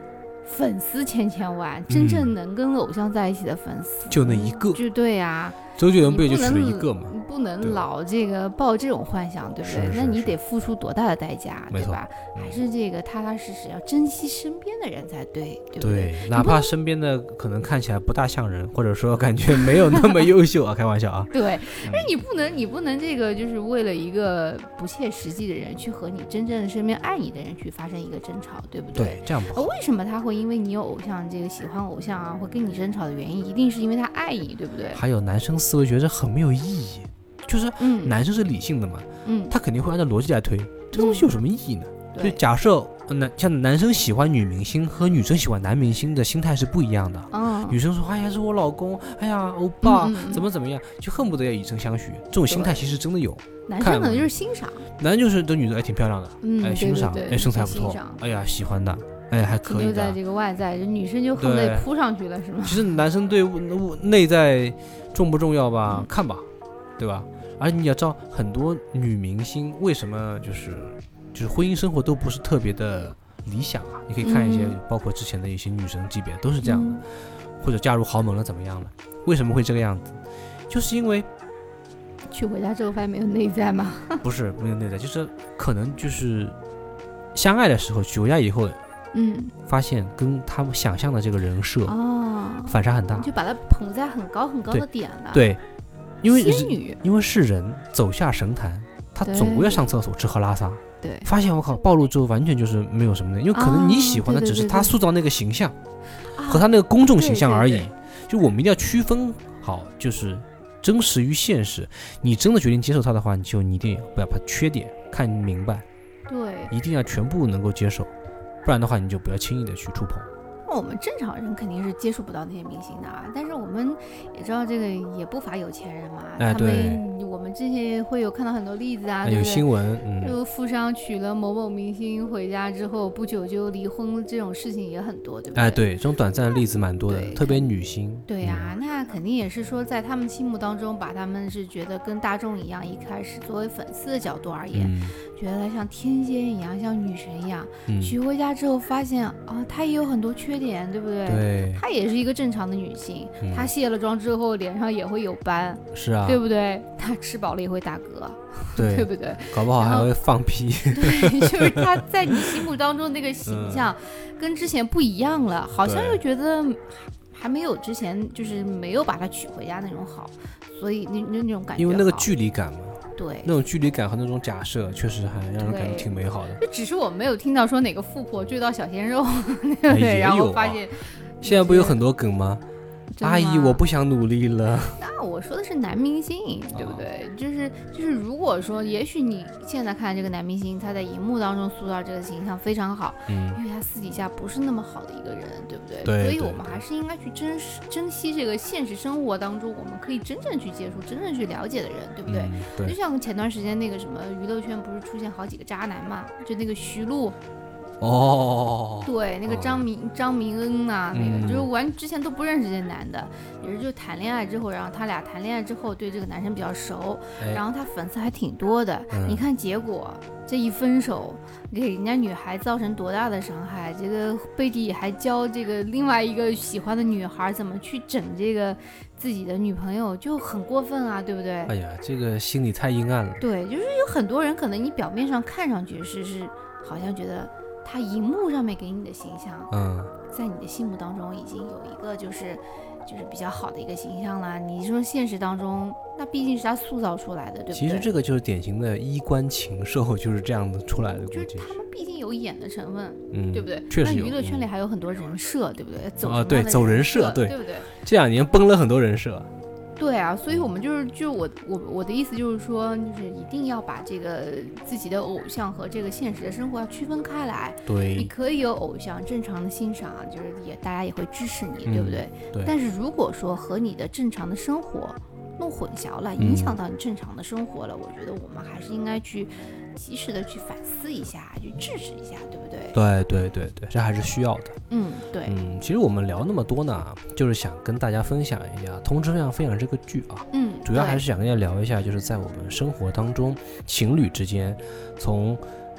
Speaker 2: 粉丝千千万，真正能跟偶像在一起的粉丝
Speaker 1: 就那一个，
Speaker 2: 就对啊，
Speaker 1: 周杰伦不也就娶了一个嘛？
Speaker 2: 你不能老这个抱这种幻想，对不对？那你得付出多大的代价，对吧？还是这个踏踏实实要珍惜身边的人才对，对不对？
Speaker 1: 哪怕身边的可能看起来不大像人，或者说感觉没有那么优秀啊，开玩笑啊。
Speaker 2: 对，但是你不能这个就是为了一个不切实际的人去和你真正身边爱你的人去发生一个争吵，对不对？
Speaker 1: 对，这样不好。
Speaker 2: 为什么他会因为你有偶像，这个喜欢偶像啊，会跟你争吵的原因，一定是因为他爱你，对不对？
Speaker 1: 还有男生思维觉得很没有意义，就是男生是理性的嘛，他肯定会按照逻辑来推，这个东西有什么意义呢？就假设像男生喜欢女明星和女生喜欢男明星的心态是不一样的。女生说哎呀是我老公，哎呀欧巴怎么样，就恨不得要以身相许，这种心态其实真的有。
Speaker 2: 男生可能就是欣赏，
Speaker 1: 男生就是对女的挺漂亮的，欣赏，身材不错，哎呀喜欢的，还可以的。
Speaker 2: 就在这个外在，女生就恨不得扑上去了，是吗？
Speaker 1: 其实男生对内在重不重要吧，看吧，对吧？而你要知道，很多女明星为什么就是婚姻生活都不是特别的理想啊？你可以看一些，包括之前的一些女神级别都是这样的，或者嫁入豪门了怎么样了？为什么会这个样子？就是因为
Speaker 2: 娶回家之后发现没有内在吗？
Speaker 1: 不是没有内在，就是可能就是相爱的时候娶回家以后，发现跟他们想象的这个人设反差很大，
Speaker 2: 就把他捧在很高很高的点了。
Speaker 1: 对，因为
Speaker 2: 仙女，
Speaker 1: 因为是人走下神坛，他总归要上厕所吃喝拉撒。
Speaker 2: 对，
Speaker 1: 发现我靠，暴露之后完全就是没有什么的，因为可能你喜欢的只是他塑造那个形象和他那个公众形象而已。就我们一定要区分好，就是真实与现实。你真的决定接受他的话，你一定不要把缺点看明白，
Speaker 2: 对，
Speaker 1: 一定要全部能够接受，不然的话你就不要轻易的去触碰。
Speaker 2: 我们正常人肯定是接触不到那些明星的啊，但是我们也知道这个也不乏有钱人嘛，他们我们这些会有看到很多例子啊，对不对？
Speaker 1: 有新闻，
Speaker 2: 就富商娶了某某明星回家之后不久就离婚，这种事情也很多，对不对？
Speaker 1: 对，这种短暂的例子蛮多的，特别女星。
Speaker 2: 对啊，那肯定也是说在他们心目当中，把他们是觉得跟大众一样，一开始作为粉丝的角度而言，觉得她像天仙一样，像女神一样，娶回家之后发现她也有很多缺点，对不对？
Speaker 1: 对，
Speaker 2: 她也是一个正常的女性，她卸了妆之后脸上也会有斑，
Speaker 1: 是啊，
Speaker 2: 对不对？她吃饱了也会打嗝，对不对？
Speaker 1: 搞不好还会放屁。
Speaker 2: 对，就是她在你心目当中那个形象跟之前不一样了，好像又觉得还没有之前就是没有把她娶回家那种好，所以那种感觉，
Speaker 1: 因为那个距离感嘛。
Speaker 2: 对，
Speaker 1: 那种距离感和那种假设确实还让人感觉挺美好的。
Speaker 2: 就只是我没有听到说哪个富婆追到小鲜肉，对不对？然后发现
Speaker 1: 现在不有很多梗吗？阿姨，我不想努力了。
Speaker 2: 那我说的是男明星，对不对？就是，如果说，也许你现在看这个男明星，他在荧幕当中塑造这个形象非常好，因为他私底下不是那么好的一个人，对不对？
Speaker 1: 对。
Speaker 2: 所以我们还是应该去珍惜这个现实生活当中我们可以真正去接触、真正去了解的人，对不对？
Speaker 1: 对。
Speaker 2: 就像前段时间那个什么娱乐圈不是出现好几个渣男嘛？就那个徐璐。对，那个张明恩啊，那个就是之前都不认识这男的，也是就谈恋爱之后，然后他俩谈恋爱之后对这个男生比较熟，然后他粉丝还挺多的。你看结果这一分手，给人家女孩造成多大的伤害，这个背地还教这个另外一个喜欢的女孩怎么去整这个自己的女朋友，就很过分啊，对不对？
Speaker 1: 哎呀，这个心里太阴暗了。
Speaker 2: 对，就是有很多人可能你表面上看上去是好像觉得他荧幕上面给你的形象，在你的心目当中已经有一个就是比较好的一个形象了。你说现实当中，那毕竟是他塑造出来的，对不对？
Speaker 1: 其实这个就是典型的衣冠禽兽，就是这样子出来的。
Speaker 2: 就是他们毕竟有演的成分，对不对？
Speaker 1: 确实有。
Speaker 2: 那娱乐圈里还有很多人设，对不对？
Speaker 1: 走人设，对
Speaker 2: 不对？
Speaker 1: 这2年崩了很多人设。
Speaker 2: 对啊，所以我们就是我的意思就是说，就是一定要把这个自己的偶像和这个现实的生活要区分开来。
Speaker 1: 对，
Speaker 2: 你可以有偶像正常的欣赏，就是大家也会支持你，对不对？
Speaker 1: 对。
Speaker 2: 但是如果说和你的正常的生活弄混淆了，影响到你正常的生活了，我觉得我们还是应该去及时的去反思一下，去制止一下，对不对？
Speaker 1: 对，这还是需要的。
Speaker 2: 对。
Speaker 1: 其实我们聊那么多呢，就是想跟大家分享一下《同志非常》这个剧啊。主要还是想跟大家聊一下，就是在我们生活当中，情侣之间从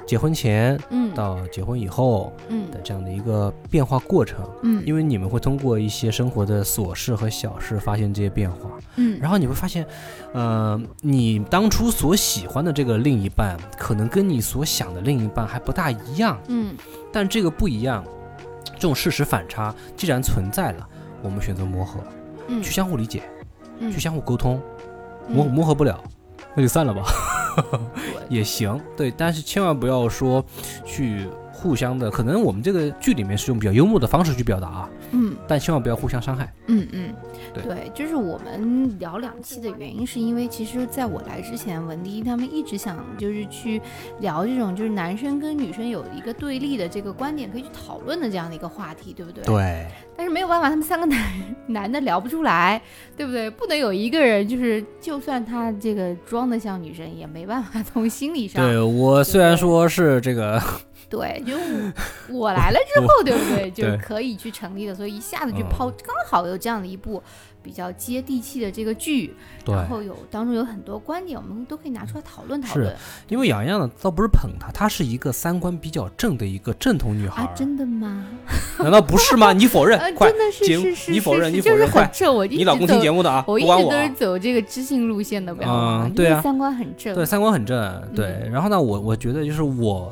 Speaker 1: 结婚前到结婚以后的这样的一个变化过程，因为你们会通过一些生活的琐事和小事发现这些变化，然后你会发现，你当初所喜欢的这个另一半，可能跟你所想的另一半还不大一样，但这个不一样，这种事实反差既然存在了，我们选择磨合，去相互理解，去相互沟通，磨合不了，那就散了吧。也行，对，但是千万不要说去互相的，可能我们这个剧里面是用比较幽默的方式去表达啊，但千万不要互相伤害。
Speaker 2: 对，就是我们聊2期的原因，是因为其实在我来之前，文迪他们一直想就是去聊这种就是男生跟女生有一个对立的这个观点可以去讨论的这样的一个话题，对不对？
Speaker 1: 对。
Speaker 2: 但是没有办法，他们3个男的聊不出来，对不对？不能有一个人就算他这个装的像女生，也没办法从心理上。
Speaker 1: 对，我虽然说是这个。
Speaker 2: 对，就我来了之后，对不对？就可以去成立的，所以一下子就刚好有这样的一部比较接地气的这个剧，然后当中有很多观点，我们都可以拿出来讨论讨论。
Speaker 1: 是因为洋洋呢，倒不是捧她，她是一个3观比较正的一个正统女孩。
Speaker 2: 真的吗？
Speaker 1: 难道不是吗？你否认？快，
Speaker 2: 真的是
Speaker 1: 你否认，
Speaker 2: 就是很正。
Speaker 1: 你老公听节目的啊，
Speaker 2: 我一直都是走这个知性路线的，
Speaker 1: 对啊
Speaker 2: ，3观很正，
Speaker 1: 对，3观很正，对。然后呢，我觉得就是我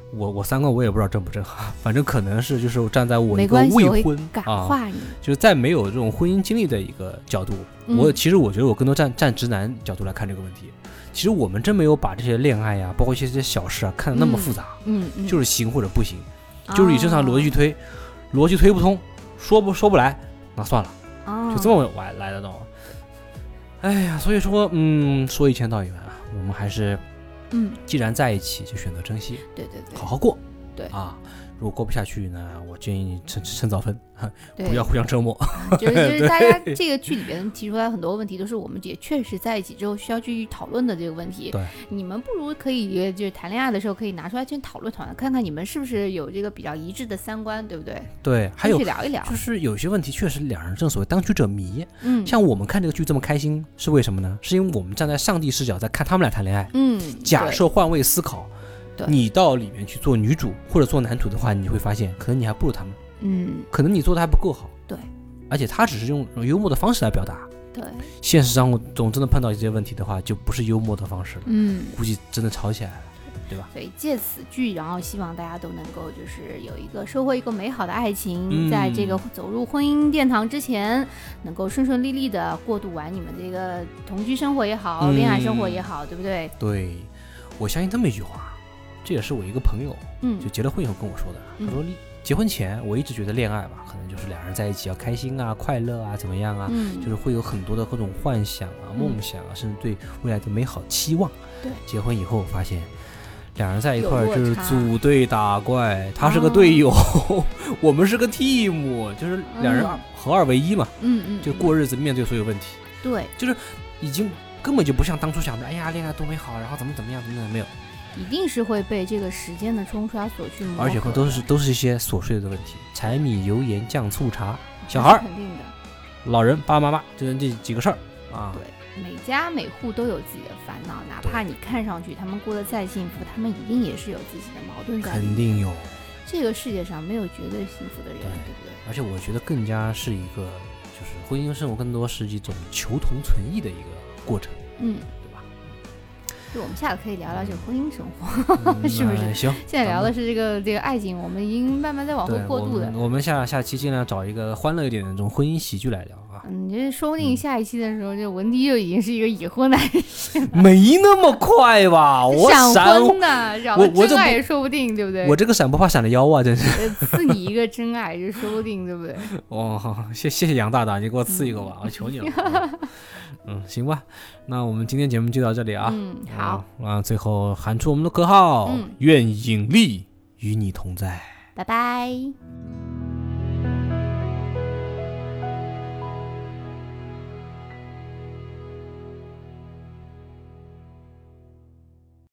Speaker 1: 3观我也不知道正不正，反正可能是就是站在我一个未婚
Speaker 2: 感化你，
Speaker 1: 就是在没有这种婚姻经历的一个角度，其实我觉得我更多站直男角度来看这个问题。其实我们真没有把这些恋爱呀，包括一些小事啊，看得那么复杂，就是行或者不行，就是以正常逻辑去推，逻辑推不通，说不来，那算了，就这么来的呢。哎呀，所以说，说一千道一万啊，我们还是。既然在一起，就选择珍惜，
Speaker 2: 对，
Speaker 1: 好好过，
Speaker 2: 对
Speaker 1: 啊。如果过不下去呢，我建议你趁早分，不要互相折磨。
Speaker 2: 就是大家这个剧里边提出来很多问题，都是我们也确实在一起之后需要去讨论的这个问题。
Speaker 1: 对，
Speaker 2: 你们不如可以就是谈恋爱的时候可以拿出来去讨论，看看你们是不是有这个比较一致的3观，对不对？
Speaker 1: 对，还有
Speaker 2: 去聊一聊，
Speaker 1: 就是有些问题确实两人正所谓当局者迷。像我们看这个剧这么开心，是为什么呢？是因为我们站在上帝视角在看他们俩谈恋爱。假设换位思考。你到里面去做女主或者做男主的话，你会发现可能你还不如他们，可能你做的还不够好，
Speaker 2: 对，
Speaker 1: 而且他只是用幽默的方式来表达，
Speaker 2: 对，
Speaker 1: 现实上我总真的碰到一些问题的话，就不是幽默的方式了，估计真的吵起来了，对吧？
Speaker 2: 所以借此剧，然后希望大家都能够就是有一个收获一个美好的爱情，在这个走入婚姻殿堂之前，能够顺顺利利的过渡完你们这个同居生活也好，恋爱生活也好，对不对？
Speaker 1: 对，我相信这么一句话。这也是我一个朋友，就结了婚以后跟我说的。他说，结婚前我一直觉得恋爱吧，可能就是2人在一起要开心啊、快乐啊，怎么样啊，就是会有很多的各种幻想啊、梦想啊，甚至对未来的美好期望。
Speaker 2: 对，
Speaker 1: 结婚以后发现，2人在一块儿就是组队打怪，他是个队友，我们是个 team， 就是2人合2为一嘛。就过日子，面对所有问题。
Speaker 2: 对，
Speaker 1: 就是已经根本就不像当初想的，哎呀，恋爱多美好，然后怎么样，没有。
Speaker 2: 一定是会被这个时间的冲刷所去磨合，
Speaker 1: 而且都是一些琐碎的问题，柴米油盐酱醋茶，小孩
Speaker 2: 肯定的，
Speaker 1: 老人爸爸妈妈，就这几个事儿啊。
Speaker 2: 对，每家每户都有自己的烦恼，哪怕你看上去他们过得再幸福，他们一定也是有自己的矛盾在里面。
Speaker 1: 肯定有。
Speaker 2: 这个世界上没有绝对幸福的人，对不对？
Speaker 1: 而且我觉得更加是一个，就是婚姻生活更多是一种求同存异的一个过程。就
Speaker 2: 我们下次可以聊聊这个婚姻生活，是不是？
Speaker 1: 行，
Speaker 2: 现在聊的是这个爱情，我们已经慢慢在往后过渡的。
Speaker 1: 我们下期尽量找一个欢乐一点的这种婚姻喜剧来聊啊。
Speaker 2: 这说不定下一期的时候，这文迪就已经是一个已婚男士，
Speaker 1: 没那么快吧？我
Speaker 2: 闪婚呢，找个真爱也说不定，对不对？
Speaker 1: 我这个闪不怕闪的腰啊，真是
Speaker 2: 赐你一个真爱，就说不定，对不对？
Speaker 1: 谢谢杨大大，你给我赐一个吧，我求你了。行吧，那我们今天节目就到这里啊。
Speaker 2: 好。
Speaker 1: 最后喊出我们的口号：愿引力与你同在。
Speaker 2: 拜拜。